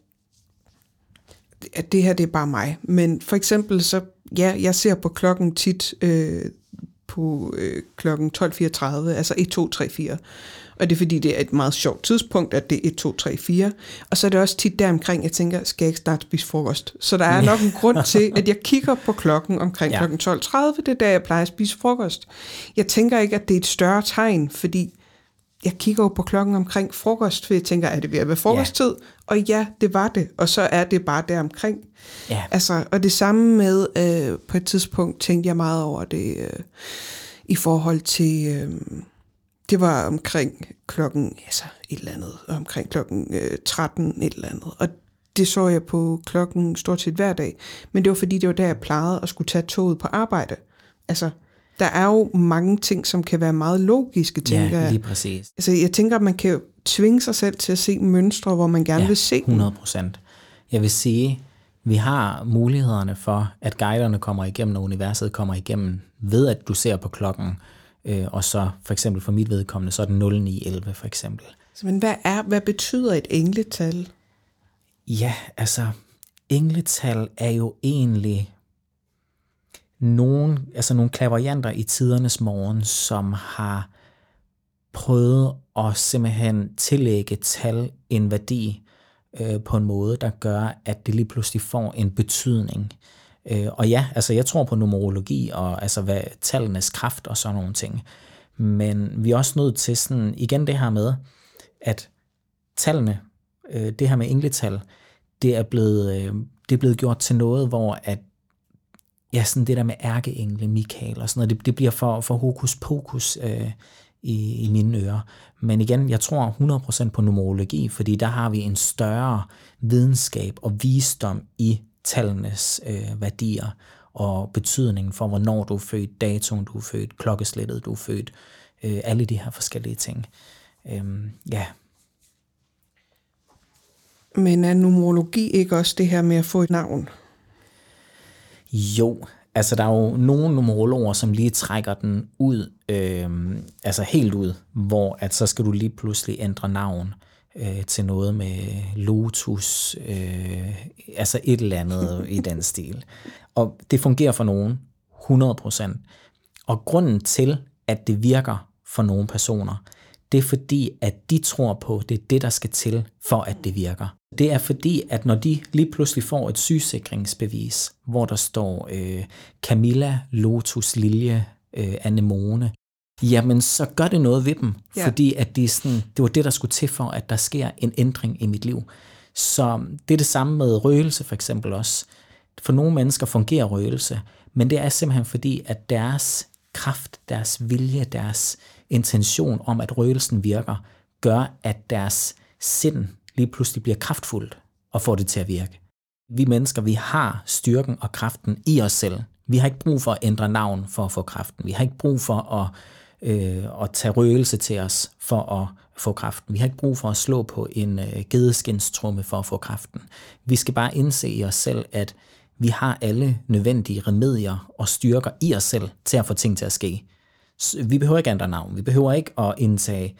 at det her, det er bare mig. Men for eksempel så, jeg ser på klokken tit på klokken 12.34, altså 1, 2, 3, 4. Og det er fordi, det er et meget sjovt tidspunkt, at det er 1, 2, 3, 4. Og så er det også tit deromkring, jeg tænker, skal jeg ikke snart spise frokost? Så der er nok en grund til, at jeg kigger på klokken omkring klokken 12.30. Det er der, jeg plejer at spise frokost. Jeg tænker ikke, at det er et større tegn, fordi jeg kigger jo på klokken omkring frokost, for jeg tænker, er det ved at være frokosttid? Og ja, det var det. Og så er det bare deromkring. Altså, og det samme med, på et tidspunkt tænkte jeg meget over det, i forhold til, det var omkring klokken, et eller andet, omkring klokken 13 et eller andet. Og det så jeg på klokken stort set hver dag. Men det var fordi, det var der, jeg plejede at skulle tage toget på arbejde. Altså, der er jo mange ting, som kan være meget logiske, tænker jeg. Ja, lige præcis. Altså, jeg tænker, at man kan tvinge sig selv til at se mønstre, hvor man gerne vil se 100%. Jeg vil sige, vi har mulighederne for, at guiderne kommer igennem, og universet kommer igennem, ved at du ser på klokken, og så for eksempel for mit vedkommende, så er den 0911 for eksempel. Men hvad betyder et engletal? Ja, altså, engletal er jo egentlig nogle clairvoyanter i tidernes morgen, som har prøvet at simpelthen tillægge tal en værdi på en måde, der gør, at det lige pludselig får en betydning. Og ja, altså jeg tror på numerologi og altså hvad tallenes kraft og sådan nogle ting. Men vi er også nødt til sådan, igen det her med, at tallene, det her med engletal, det er blevet gjort til noget, hvor at ja, sådan det der med ærkeengle, Mikael og sådan noget, det bliver for hokus pokus i mine ører. Men igen, jeg tror 100% på numerologi, fordi der har vi en større videnskab og visdom i tallenes værdier og betydningen for, hvornår du er født, datoen du er født, klokkeslættet du er født, alle de her forskellige ting. Ja. Men er numerologi ikke også det her med at få et navn? Jo, altså der er jo nogle numerologer, som lige trækker den ud, altså helt ud, hvor at så skal du lige pludselig ændre navn til noget med lotus, altså et eller andet i den stil. Og det fungerer for nogen 100%. Og grunden til, at det virker for nogle personer, det er fordi, at de tror på, det er det, der skal til, for at det virker. Det er fordi, at når de lige pludselig får et sygesikringsbevis, hvor der står Camilla, Lotus, Lilje, Anemone, jamen så gør det noget ved dem, fordi at det var det, der skulle til for, at der sker en ændring i mit liv. Så det er det samme med røgelse for eksempel også. For nogle mennesker fungerer røgelse, men det er simpelthen fordi, at deres kraft, deres vilje, deres intention om, at røgelsen virker, gør, at deres sind lige pludselig bliver kraftfuldt og får det til at virke. Vi mennesker, vi har styrken og kraften i os selv. Vi har ikke brug for at ændre navn for at få kraften. Vi har ikke brug for at tage røgelse til os for at få kraften. Vi har ikke brug for at slå på en gedeskinstrumme for at få kraften. Vi skal bare indse i os selv, at vi har alle nødvendige remedier og styrker i os selv til at få ting til at ske. Vi behøver ikke ændre navn. Vi behøver ikke at indtage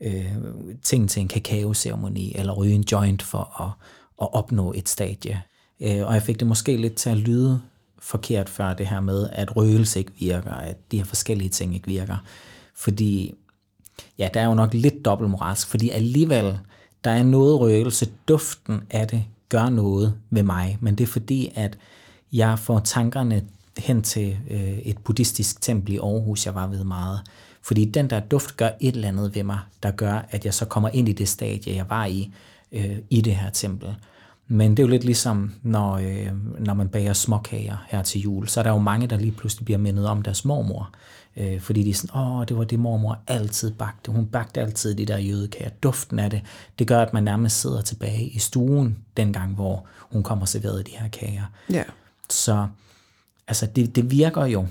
ting til en kakaoceremoni eller ryge en joint for at opnå et stadie. Og jeg fik det måske lidt til at lyde forkert før det her med, at røgelse ikke virker, at de her forskellige ting ikke virker. Fordi, ja, der er jo nok lidt dobbeltmoralsk, fordi alligevel, der er noget røgelse, duften af det gør noget ved mig, men det er fordi, at jeg får tankerne hen til et buddhistisk tempel i Aarhus, jeg var ved meget. Fordi den der duft gør et eller andet ved mig, der gør, at jeg så kommer ind i det stadie, jeg var i det her tempel. Men det er jo lidt ligesom, når man bager småkager her til jul, så er der jo mange, der lige pludselig bliver mindet om deres mormor. Fordi de er sådan, det var det mormor altid bagte. Hun bagte altid de der jødekager. Duften af det, det gør, at man nærmest sidder tilbage i stuen, dengang, hvor hun kommer og serverede de her kager. Ja. Så altså, det virker jo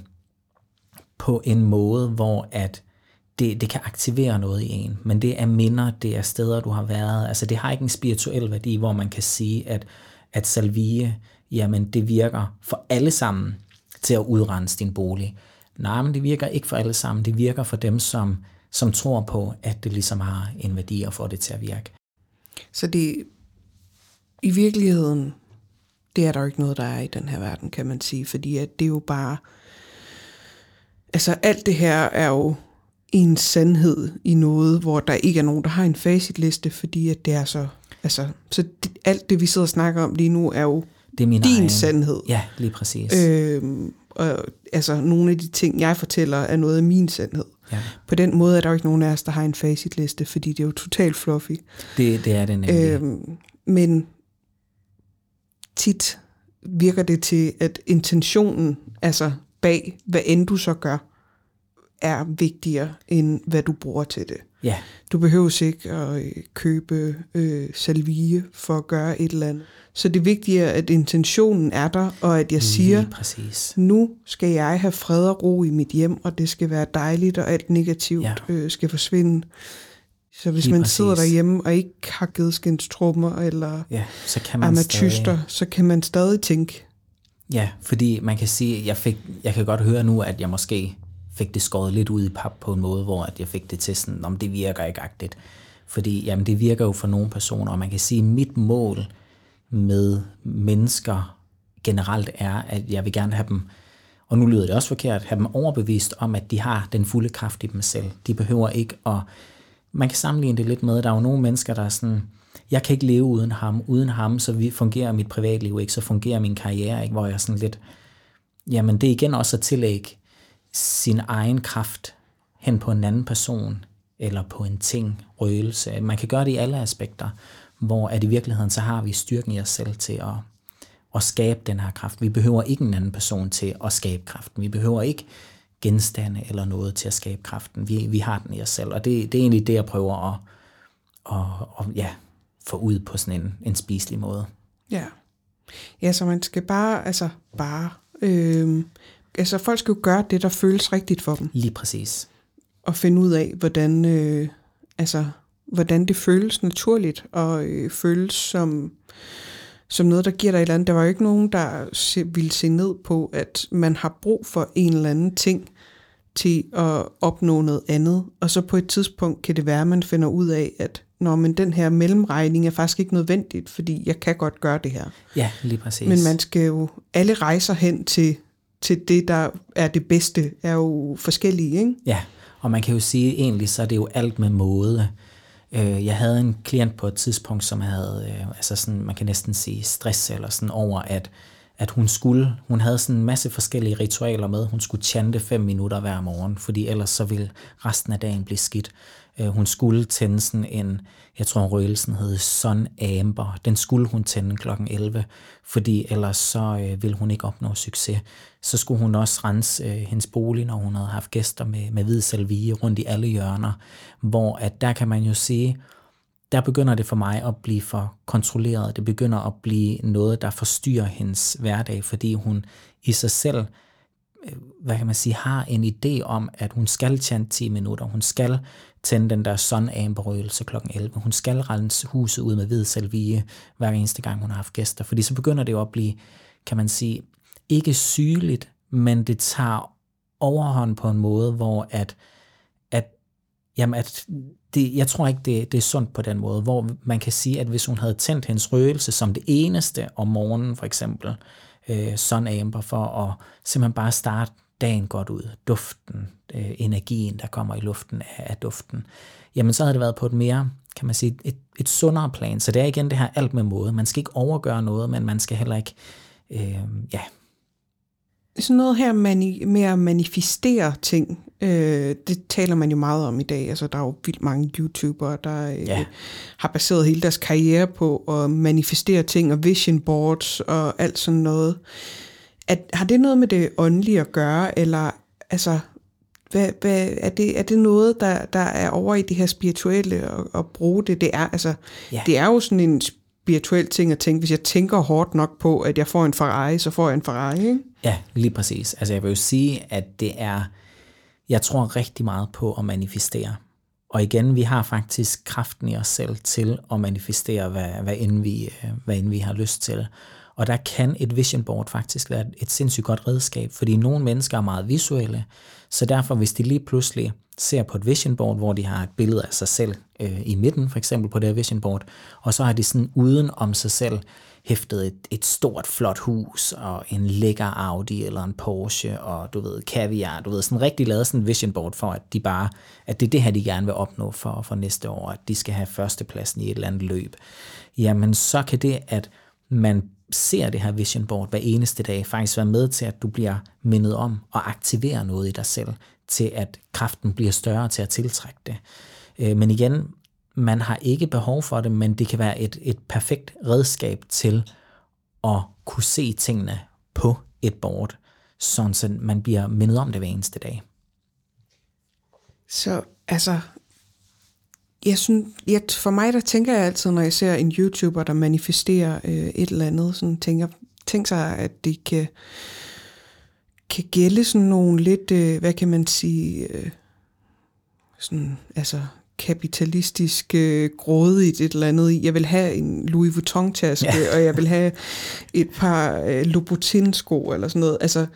på en måde, hvor at det kan aktivere noget i en, men det er minder, det er steder, du har været. Altså, det har ikke en spirituel værdi, hvor man kan sige, at salvie, jamen, det virker for alle sammen til at udrense din bolig. Nej, men det virker ikke for alle sammen. Det virker for dem, som tror på, at det ligesom har en værdi og får det til at virke. Så det i virkeligheden, det er der jo ikke noget, der er i den her verden, kan man sige, fordi at det er jo bare, altså alt det her er jo en sandhed i noget, hvor der ikke er nogen, der har en facitliste, fordi at det er så, altså, så alt det, vi sidder og snakker om lige nu, er jo det er din egen sandhed. Ja, lige præcis. Og altså, nogle af de ting, jeg fortæller, er noget af min sandhed. Ja. På den måde er der jo ikke nogen af os, der har en facitliste, fordi det er jo totalt fluffy. Det er det nemlig. Men tit virker det til, at intentionen, altså bag, hvad end du så gør, er vigtigere, end hvad du bruger til det. Ja. Du behøver ikke at købe salvie for at gøre et eller andet. Så det vigtige er, at intentionen er der, og at jeg siger, nu skal jeg have fred og ro i mit hjem, og det skal være dejligt, og alt negativt skal forsvinde. Så hvis man sidder derhjemme og ikke har gedskinstrummer eller så kan man amatyster, så kan man stadig tænke. Ja, fordi man kan sige, jeg kan godt høre nu, at jeg måske fik det skåret lidt ud i pap på en måde, hvor at jeg fik det til sådan, om det virker ikke agtigt. Fordi jamen, det virker jo for nogle personer, og man kan sige, at mit mål med mennesker generelt er, at jeg vil gerne have dem, og nu lyder det også forkert, have dem overbevist om, at de har den fulde kraft i dem selv. De behøver ikke at... Man kan sammenligne det lidt med, der er jo nogle mennesker, der er sådan, jeg kan ikke leve uden ham, så fungerer mit privatliv ikke, så fungerer min karriere ikke, hvor jeg er sådan lidt, jamen det er igen også at tillægge sin egen kraft hen på en anden person, eller på en ting, røgelse. Man kan gøre det i alle aspekter, hvor at i virkeligheden, så har vi styrken i os selv til at skabe den her kraft. Vi behøver ikke en anden person til at skabe kraften. Vi behøver ikke genstande eller noget til at skabe kraften. Vi har den i os selv, og det er egentlig det, jeg prøver at få ud på sådan en spiselig måde. Ja, så man skal folk skal jo gøre det, der føles rigtigt for dem. Lige præcis. Og finde ud af, hvordan det føles naturligt, og føles som noget, der giver dig et eller andet. Der var jo ikke nogen, der ville se ned på, at man har brug for en eller anden ting til at opnå noget andet. Og så på et tidspunkt kan det være, at man finder ud af, at men den her mellemregning er faktisk ikke nødvendigt, fordi jeg kan godt gøre det her. Ja, lige præcis. Men man skal jo, alle rejser hen til det, der er det bedste, er jo forskellige, ikke? Ja, og man kan jo sige, egentlig så er det jo alt med måde. Jeg havde en klient på et tidspunkt, som havde, man kan næsten sige stress eller sådan over, at hun havde sådan en masse forskellige ritualer med. Hun skulle chante 5 minutter hver morgen, fordi ellers så ville resten af dagen blive skidt. Hun skulle tænde sådan en, jeg tror røgelsen hed Sun Amber. Den skulle hun tænde kl. 11, fordi ellers så ville hun ikke opnå succes. Så skulle hun også rense hendes bolig, når hun havde haft gæster med hvid salvie rundt i alle hjørner, hvor at der kan man jo sige, der begynder det for mig at blive for kontrolleret. Det begynder at blive noget, der forstyrrer hendes hverdag, fordi hun i sig selv, har en idé om, at hun skal chante 10 minutter. Hun skal tænde den der Sun Amber-røgelse kl. 11. Hun skal rense huset ud med hvid salvie, hver eneste gang hun har haft gæster. Fordi så begynder det jo at blive, kan man sige, ikke sygeligt, men det tager overhånd på en måde, hvor jeg tror ikke, det er sundt på den måde, hvor man kan sige, at hvis hun havde tændt hendes røgelse som det eneste om morgenen, for eksempel, Sun Amber, for at simpelthen bare starte dagen godt ud, duften, energien, der kommer i luften af duften, jamen så havde det været på et mere, kan man sige, et sundere plan. Så det er igen det her alt med måde. Man skal ikke overgøre noget, men man skal heller ikke, Sådan noget her med at manifestere ting, det taler man jo meget om i dag. Altså, der er jo vildt mange YouTubere, der har baseret hele deres karriere på at manifestere ting, og vision boards og alt sådan noget. Har det noget med det åndelige at gøre, eller altså, er det noget, der er over i det her spirituelle at bruge det? Det er jo sådan en spirituel ting at tænke, hvis jeg tænker hårdt nok på, at jeg får en Ferrari, så får jeg en Ferrari, ikke? Ja, lige præcis. Altså jeg vil jo sige, at jeg tror rigtig meget på at manifestere. Og igen, vi har faktisk kraften i os selv til at manifestere, hvad end vi har lyst til. Og der kan et vision board faktisk være et sindssygt godt redskab, fordi nogle mennesker er meget visuelle, så derfor hvis de lige pludselig ser på et vision board, hvor de har et billede af sig selv i midten, for eksempel på det her vision board, og så har de sådan uden om sig selv hæftet et stort, flot hus, og en lækker Audi, eller en Porsche, og du ved, kaviar, sådan rigtig lavet sådan et vision board for, at det er det her, de gerne vil opnå for næste år, at de skal have førstepladsen i et eller andet løb. Jamen, så kan det, at man ser det her vision board hver eneste dag, faktisk være med til, at du bliver mindet om at aktivere noget i dig selv, til at kraften bliver større til at tiltrække det. Men igen, man har ikke behov for det, men det kan være et perfekt redskab til at kunne se tingene på et board, sådan så man bliver mindet om det hver eneste dag. Så altså, jeg synes, for mig der tænker jeg altid, når jeg ser en YouTuber, der manifesterer et eller andet, sådan tænker sig, at det kan gælde sådan nogle lidt, hvad kan man sige, sådan, altså kapitalistisk grådigt et eller andet. Jeg vil have en Louis Vuitton-taske, og jeg vil have et par Louboutin-sko eller sådan noget.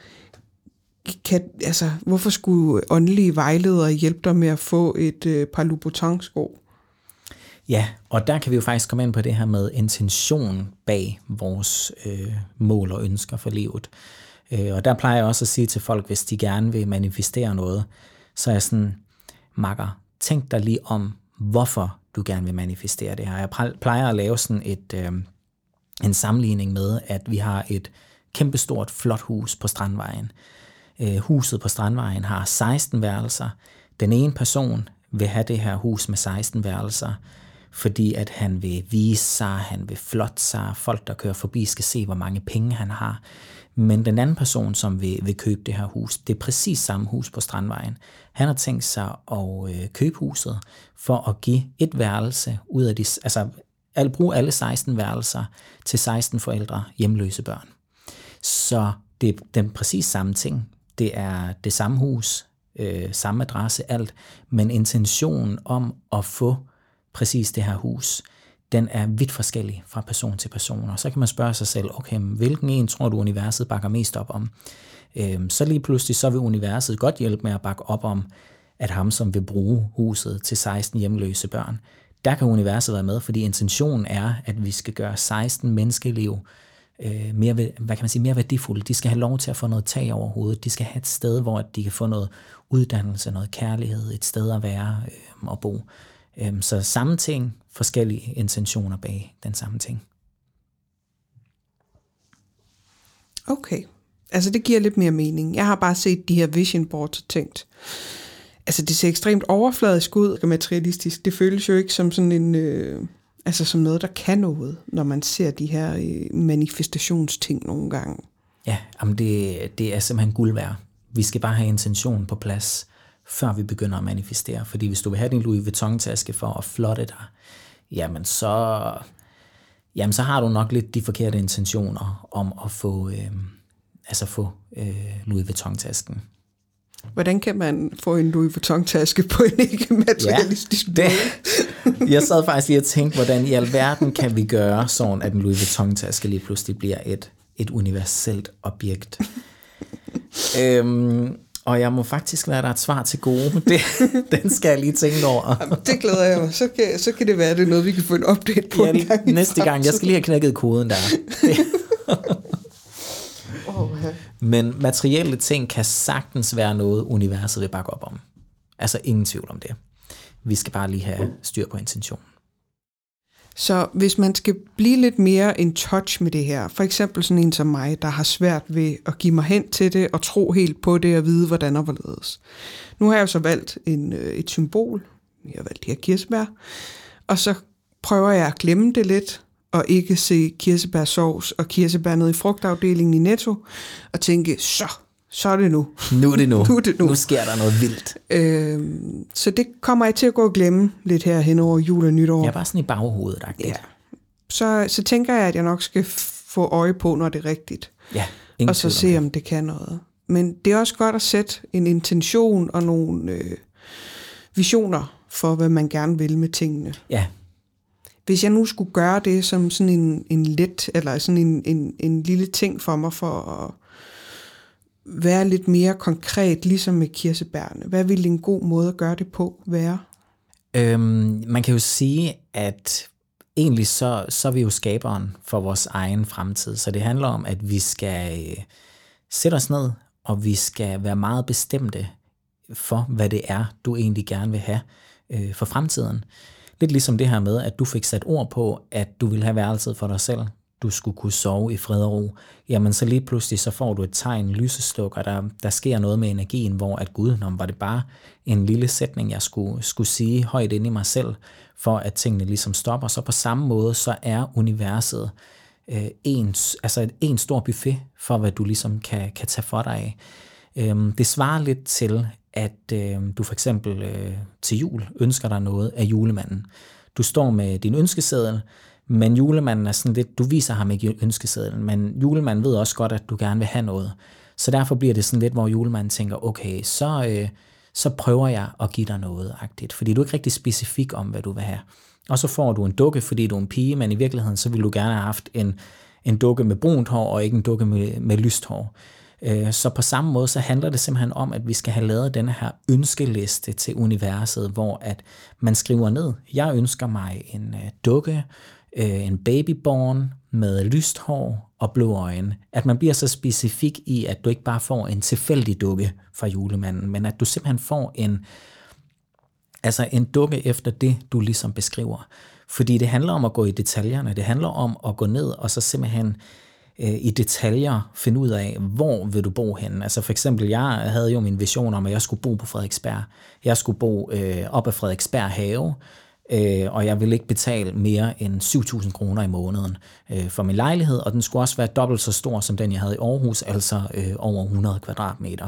Altså, hvorfor skulle åndelige vejledere hjælpe dig med at få et par Louboutin-sko? Ja, og der kan vi jo faktisk komme ind på det her med intention bag vores mål og ønsker for livet. Og der plejer jeg også at sige til folk, hvis de gerne vil manifestere noget, så er jeg sådan, makker, tænk dig lige om, hvorfor du gerne vil manifestere det her. Jeg plejer at lave sådan en sammenligning med, at vi har et kæmpestort, flot hus på Strandvejen. Huset på Strandvejen har 16 værelser. Den ene person vil have det her hus med 16 værelser, fordi at han vil vise sig, han vil flotte sig, folk der kører forbi skal se, hvor mange penge han har. Men den anden person, som vil købe det her hus, det er præcis samme hus på Strandvejen. Han har tænkt sig at købe huset for at give et værelse ud af bruge alle 16 værelser til 16 forældre hjemløse børn. Så det er den præcis samme ting. Det er det samme hus, samme adresse, alt, men intentionen om at få præcis det her hus, den er vidt forskellig fra person til person, og så kan man spørge sig selv, okay, hvilken en tror du universet bakker mest op om? Så lige pludselig, så vil universet godt hjælpe med at bakke op om, at ham, som vil bruge huset til 16 hjemløse børn, der kan universet være med, fordi intentionen er, at vi skal gøre 16 menneskeliv mere værdifulde. De skal have lov til at få noget tag over hovedet. De skal have et sted, hvor de kan få noget uddannelse, noget kærlighed, et sted at være og bo. Så samme ting, forskellige intentioner bag den samme ting. Okay, altså det giver lidt mere mening. Jeg har bare set de her vision boards og tænkt, altså det ser ekstremt overfladisk ud og materialistisk. Det føles jo ikke som sådan en, som noget, der kan noget, når man ser de her manifestationsting nogle gange. Ja, jamen det er simpelthen guld værd. Vi skal bare have intentionen på plads, før vi begynder at manifestere. Fordi hvis du vil have din Louis Vuitton-taske for at flotte dig, jamen så har du nok lidt de forkerte intentioner om at få Louis Vuitton-tasken. Hvordan kan man få en Louis Vuitton-taske på en ikke-materialistisk måde? Jeg sad faktisk lige og tænkte, hvordan i alverden kan vi gøre sådan, at en Louis Vuitton-taske lige pludselig bliver et universelt objekt. Og jeg må faktisk være der et svar til gode. Den skal jeg lige tænke over. Jamen, det glæder jeg mig. Så kan det være, at det er noget, vi kan få en update på en gang. Næste gang. Jeg skal lige have knækket koden der. Men materielle ting kan sagtens være noget, universet vil bakke op om. Altså ingen tvivl om det. Vi skal bare lige have styr på intentionen. Så hvis man skal blive lidt mere in touch med det her, for eksempel sådan en som mig, der har svært ved at give mig hen til det, og tro helt på det, og vide, hvordan og hvorledes. Nu har jeg jo så valgt et symbol. Jeg har valgt de her kirsebær. Og så prøver jeg at glemme det lidt, og ikke se kirsebærsovs og kirsebær nede i frugtafdelingen i Netto, og tænke, så er det nu. Nu er det nu. Nu sker der noget vildt. Så det kommer jeg til at gå og glemme lidt her hen over jul og nytår. Jeg er bare sådan i baghovedet. Ja. Så tænker jeg, at jeg nok skal få øje på, når det er rigtigt. Ja, og så se, om det kan noget. Men det er også godt at sætte en intention og nogle visioner for, hvad man gerne vil med tingene. Ja. Hvis jeg nu skulle gøre det som sådan en let, eller sådan en lille ting for mig, for at være lidt mere konkret, ligesom med kirsebærne. Hvad ville en god måde at gøre det på være? Man kan jo sige, at egentlig så er vi jo skaberen for vores egen fremtid. Så det handler om, at vi skal sætte os ned, og vi skal være meget bestemte for, hvad det er, du egentlig gerne vil have for fremtiden. Lidt ligesom det her med, at du fik sat ord på, at du ville have værelset for dig selv. Du skulle kunne sove i fred og ro. Jamen så lige pludselig så får du et tegn, lyseslukker, der sker noget med energien, hvor at gud, var det bare en lille sætning, jeg skulle sige højt inde i mig selv, for at tingene ligesom stopper. Så på samme måde, så er universet en stor buffet for, hvad du ligesom kan tage for dig af. Det svarer lidt til, at du for eksempel til jul ønsker dig noget af julemanden. Du står med din ønskeseddel, men julemanden er sådan lidt, du viser ham ikke ønskesedlen, men julemanden ved også godt, at du gerne vil have noget. Så derfor bliver det sådan lidt, hvor julemanden tænker, okay, så prøver jeg at give dig noget-agtigt, fordi du er ikke rigtig specifik om, hvad du vil have. Og så får du en dukke, fordi du er en pige, men i virkeligheden, så vil du gerne have haft en dukke med brunt hår, og ikke en dukke med lyst hår. Så på samme måde, så handler det simpelthen om, at vi skal have lavet denne her ønskeliste til universet, hvor at man skriver ned, jeg ønsker mig en dukke, en babyborn med lyst hår og blå øjne. At man bliver så specifik i, at du ikke bare får en tilfældig dukke fra julemanden, men at du simpelthen får en dukke efter det, du ligesom beskriver. Fordi det handler om at gå i detaljerne, det handler om at gå ned og så simpelthen i detaljer finde ud af, hvor vil du bo henne. Altså for eksempel, jeg havde jo min vision om, at jeg skulle bo på Frederiksberg. Jeg skulle bo op ad Frederiksberg Have, og jeg ville ikke betale mere end 7.000 kroner i måneden for min lejlighed, og den skulle også være dobbelt så stor som den, jeg havde i Aarhus, altså over 100 kvadratmeter.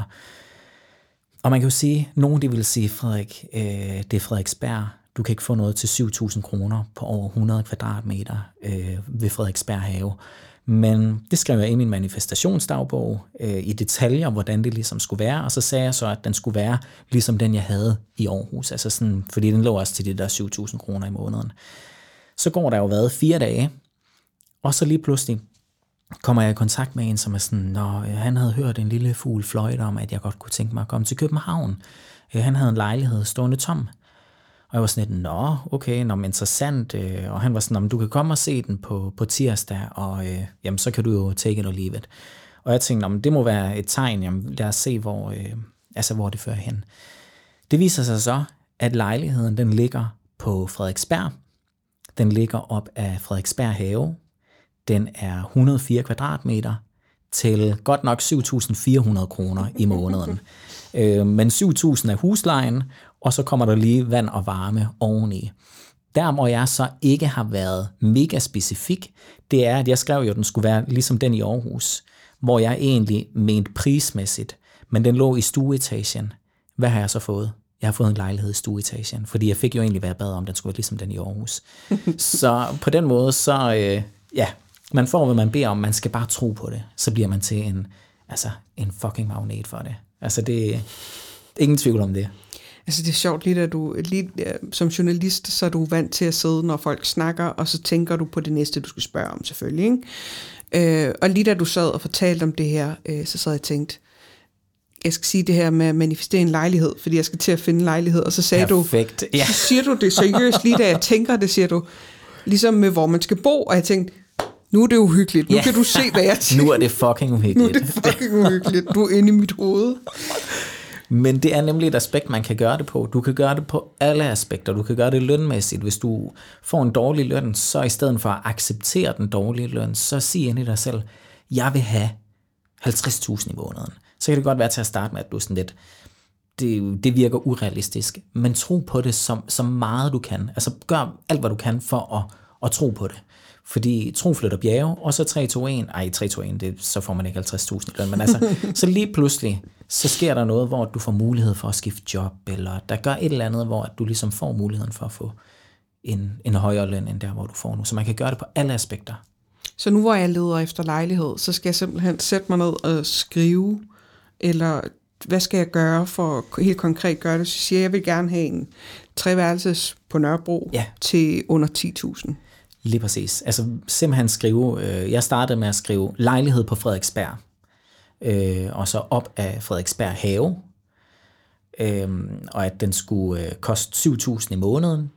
Og man kan jo sige, nogen de vil sige, Frederik, det er Frederiksberg, du kan ikke få noget til 7.000 kroner på over 100 kvadratmeter ved Frederiksberg Have. Men det skrev jeg i min manifestationsdagbog i detaljer, hvordan det ligesom skulle være, og så sagde jeg så, at den skulle være ligesom den, jeg havde i Aarhus, altså sådan, fordi den lå også til de der 7.000 kroner i måneden. Så går der jo 4 dage, og så lige pludselig kommer jeg i kontakt med en, som er sådan, han havde hørt en lille fugl fløjte om, at jeg godt kunne tænke mig at komme til København. Han havde en lejlighed stående tom. Og jeg var sådan lidt, okay, interessant. Og han var sådan, du kan komme og se den på tirsdag, og jamen, så kan du jo take it or leave it. Og jeg tænkte, det må være et tegn, jamen, lad os se, hvor det fører hen. Det viser sig så, at lejligheden, den ligger på Frederiksberg. Den ligger op af Frederiksberg Have. Den er 104 kvadratmeter til godt nok 7.400 kroner i måneden. Men 7.000 er huslejen, og så kommer der lige vand og varme oveni. Der hvor jeg så ikke har været mega specifik, det er, at jeg skrev jo, at den skulle være ligesom den i Aarhus, hvor jeg egentlig mente prismæssigt, men den lå i stueetagen. Hvad har jeg så fået? Jeg har fået en lejlighed i stueetagen, fordi jeg fik jo egentlig, hvad jeg bad om, den skulle være ligesom den i Aarhus. Så på den måde, så man får, hvad man beder om, man skal bare tro på det, så bliver man til en fucking magnet for det. Altså det er ingen tvivl om det. Altså det er sjovt, lige som journalist, så er du vant til at sidde, når folk snakker, og så tænker du på det næste, du skal spørge om selvfølgelig. Ikke? Og lige da du sad og fortalte om det her, så sad jeg og tænkte, jeg skal sige det her med at manifestere en lejlighed, fordi jeg skal til at finde en lejlighed, og så sagde perfekt. Du, så siger du det seriøst, lige da jeg tænker det, siger du, ligesom med hvor man skal bo, og jeg tænkte, nu er det uhyggeligt, nu kan du se, hvad jeg tænker. Nu er det fucking uhyggeligt. Nu er det fucking uhyggeligt, du er inde i mit hoved. Men det er nemlig et aspekt, man kan gøre det på. Du kan gøre det på alle aspekter. Du kan gøre det lønmæssigt. Hvis du får en dårlig løn, så i stedet for at acceptere den dårlige løn, så sig ind i dig selv, jeg vil have 50.000 i måneden. Så kan det godt være til at starte med, at du er sådan lidt, det virker urealistisk. Men tro på det så meget du kan. Altså gør alt, hvad du kan for at tro på det. Fordi tro flytter bjerge, og så 3-2-1, så får man ikke 50.000 i løn, men altså, så lige pludselig, så sker der noget, hvor du får mulighed for at skifte job, eller der gør et eller andet, hvor du ligesom får muligheden for at få en højere løn, end der, hvor du får nu. Så man kan gøre det på alle aspekter. Så nu hvor jeg leder efter lejlighed, så skal jeg simpelthen sætte mig ned og skrive, eller hvad skal jeg gøre for helt konkret gøre det? Så siger jeg, jeg vil gerne have en 3-værelses på Nørrebro til under 10.000. Lige præcis. Altså simpelthen skrive, jeg startede med at skrive lejlighed på Frederiksberg, og så op af Frederiksberg Have, og at den skulle koste 7.000 i måneden,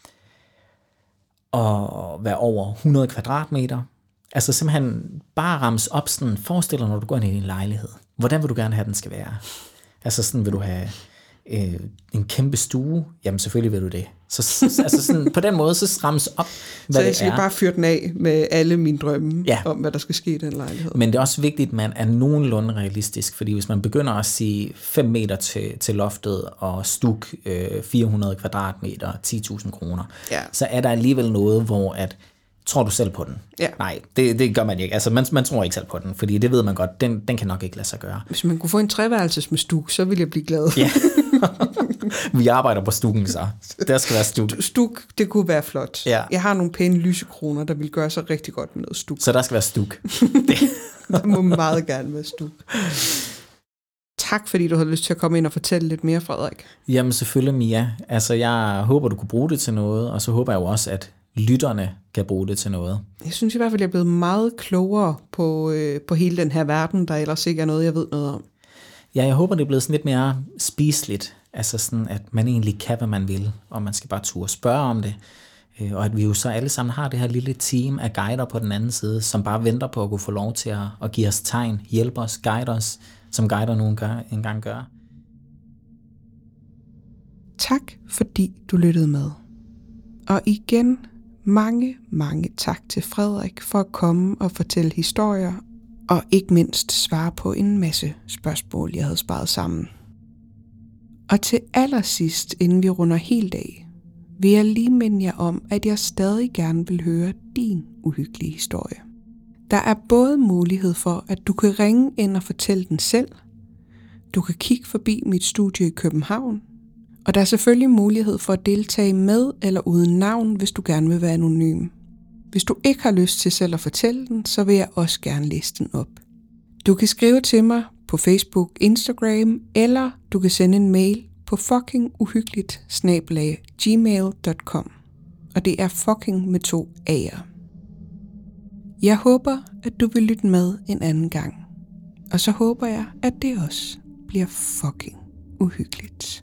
og være over 100 kvadratmeter. Altså simpelthen bare rammes op sådan, forestil dig, når du går ind i din lejlighed. Hvordan vil du gerne have, den skal være? Altså sådan, vil du have en kæmpe stue? Jamen selvfølgelig vil du det. Så altså sådan, på den måde, så rammes op, hvad det er. Så jeg skal bare fyre den af med alle mine drømme om, hvad der skal ske i den lejlighed. Men det er også vigtigt, at man er nogenlunde realistisk, fordi hvis man begynder at sige 5 meter til loftet og stuk 400 kvadratmeter, 10.000 kroner, så er der alligevel noget, hvor at tror du selv på den? Ja. Nej, det gør man ikke. Altså, man tror ikke selv på den, fordi det ved man godt, den kan nok ikke lade sig gøre. Hvis man kunne få en 3-værelses med stuk, så ville jeg blive glad. Ja. Vi arbejder på stukken, så. Der skal være stuk. Stuk, det kunne være flot. Ja. Jeg har nogle pæne lysekroner, der vil gøre sig rigtig godt med noget stuk. Så der skal være stuk. Der må meget gerne være stuk. Tak, fordi du havde lyst til at komme ind og fortælle lidt mere, Frederik. Jamen selvfølgelig, Mia. Altså, jeg håber, du kunne bruge det til noget, og så håber jeg jo også, at lytterne kan bruge det til noget. Jeg synes i hvert fald, jeg er blevet meget klogere på hele den her verden, der ellers ikke er noget, jeg ved noget om. Ja, jeg håber, det er blevet sådan lidt mere spiseligt. Altså sådan, at man egentlig kan, hvad man vil, og man skal bare turde spørge om det. Og at vi jo så alle sammen har det her lille team af guider på den anden side, som bare venter på at kunne få lov til at give os tegn, hjælpe os, guide os, som guider nu engang gør. Tak, fordi du lyttede med. Og igen, mange tak til Frederik for at komme og fortælle historier, og ikke mindst svare på en masse spørgsmål, jeg havde sparet sammen. Og til allersidst, inden vi runder helt af, vil jeg lige minde jer om, at jeg stadig gerne vil høre din uhyggelige historie. Der er både mulighed for, at du kan ringe ind og fortælle den selv, du kan kigge forbi mit studie i København, og der er selvfølgelig mulighed for at deltage med eller uden navn, hvis du gerne vil være anonym. Hvis du ikke har lyst til selv at fortælle den, så vil jeg også gerne læse den op. Du kan skrive til mig på Facebook, Instagram, eller du kan sende en mail på fuckinguhyggeligt@gmail.com. Og det er fucking med 2 A'er. Jeg håber, at du vil lytte med en anden gang. Og så håber jeg, at det også bliver fucking uhyggeligt.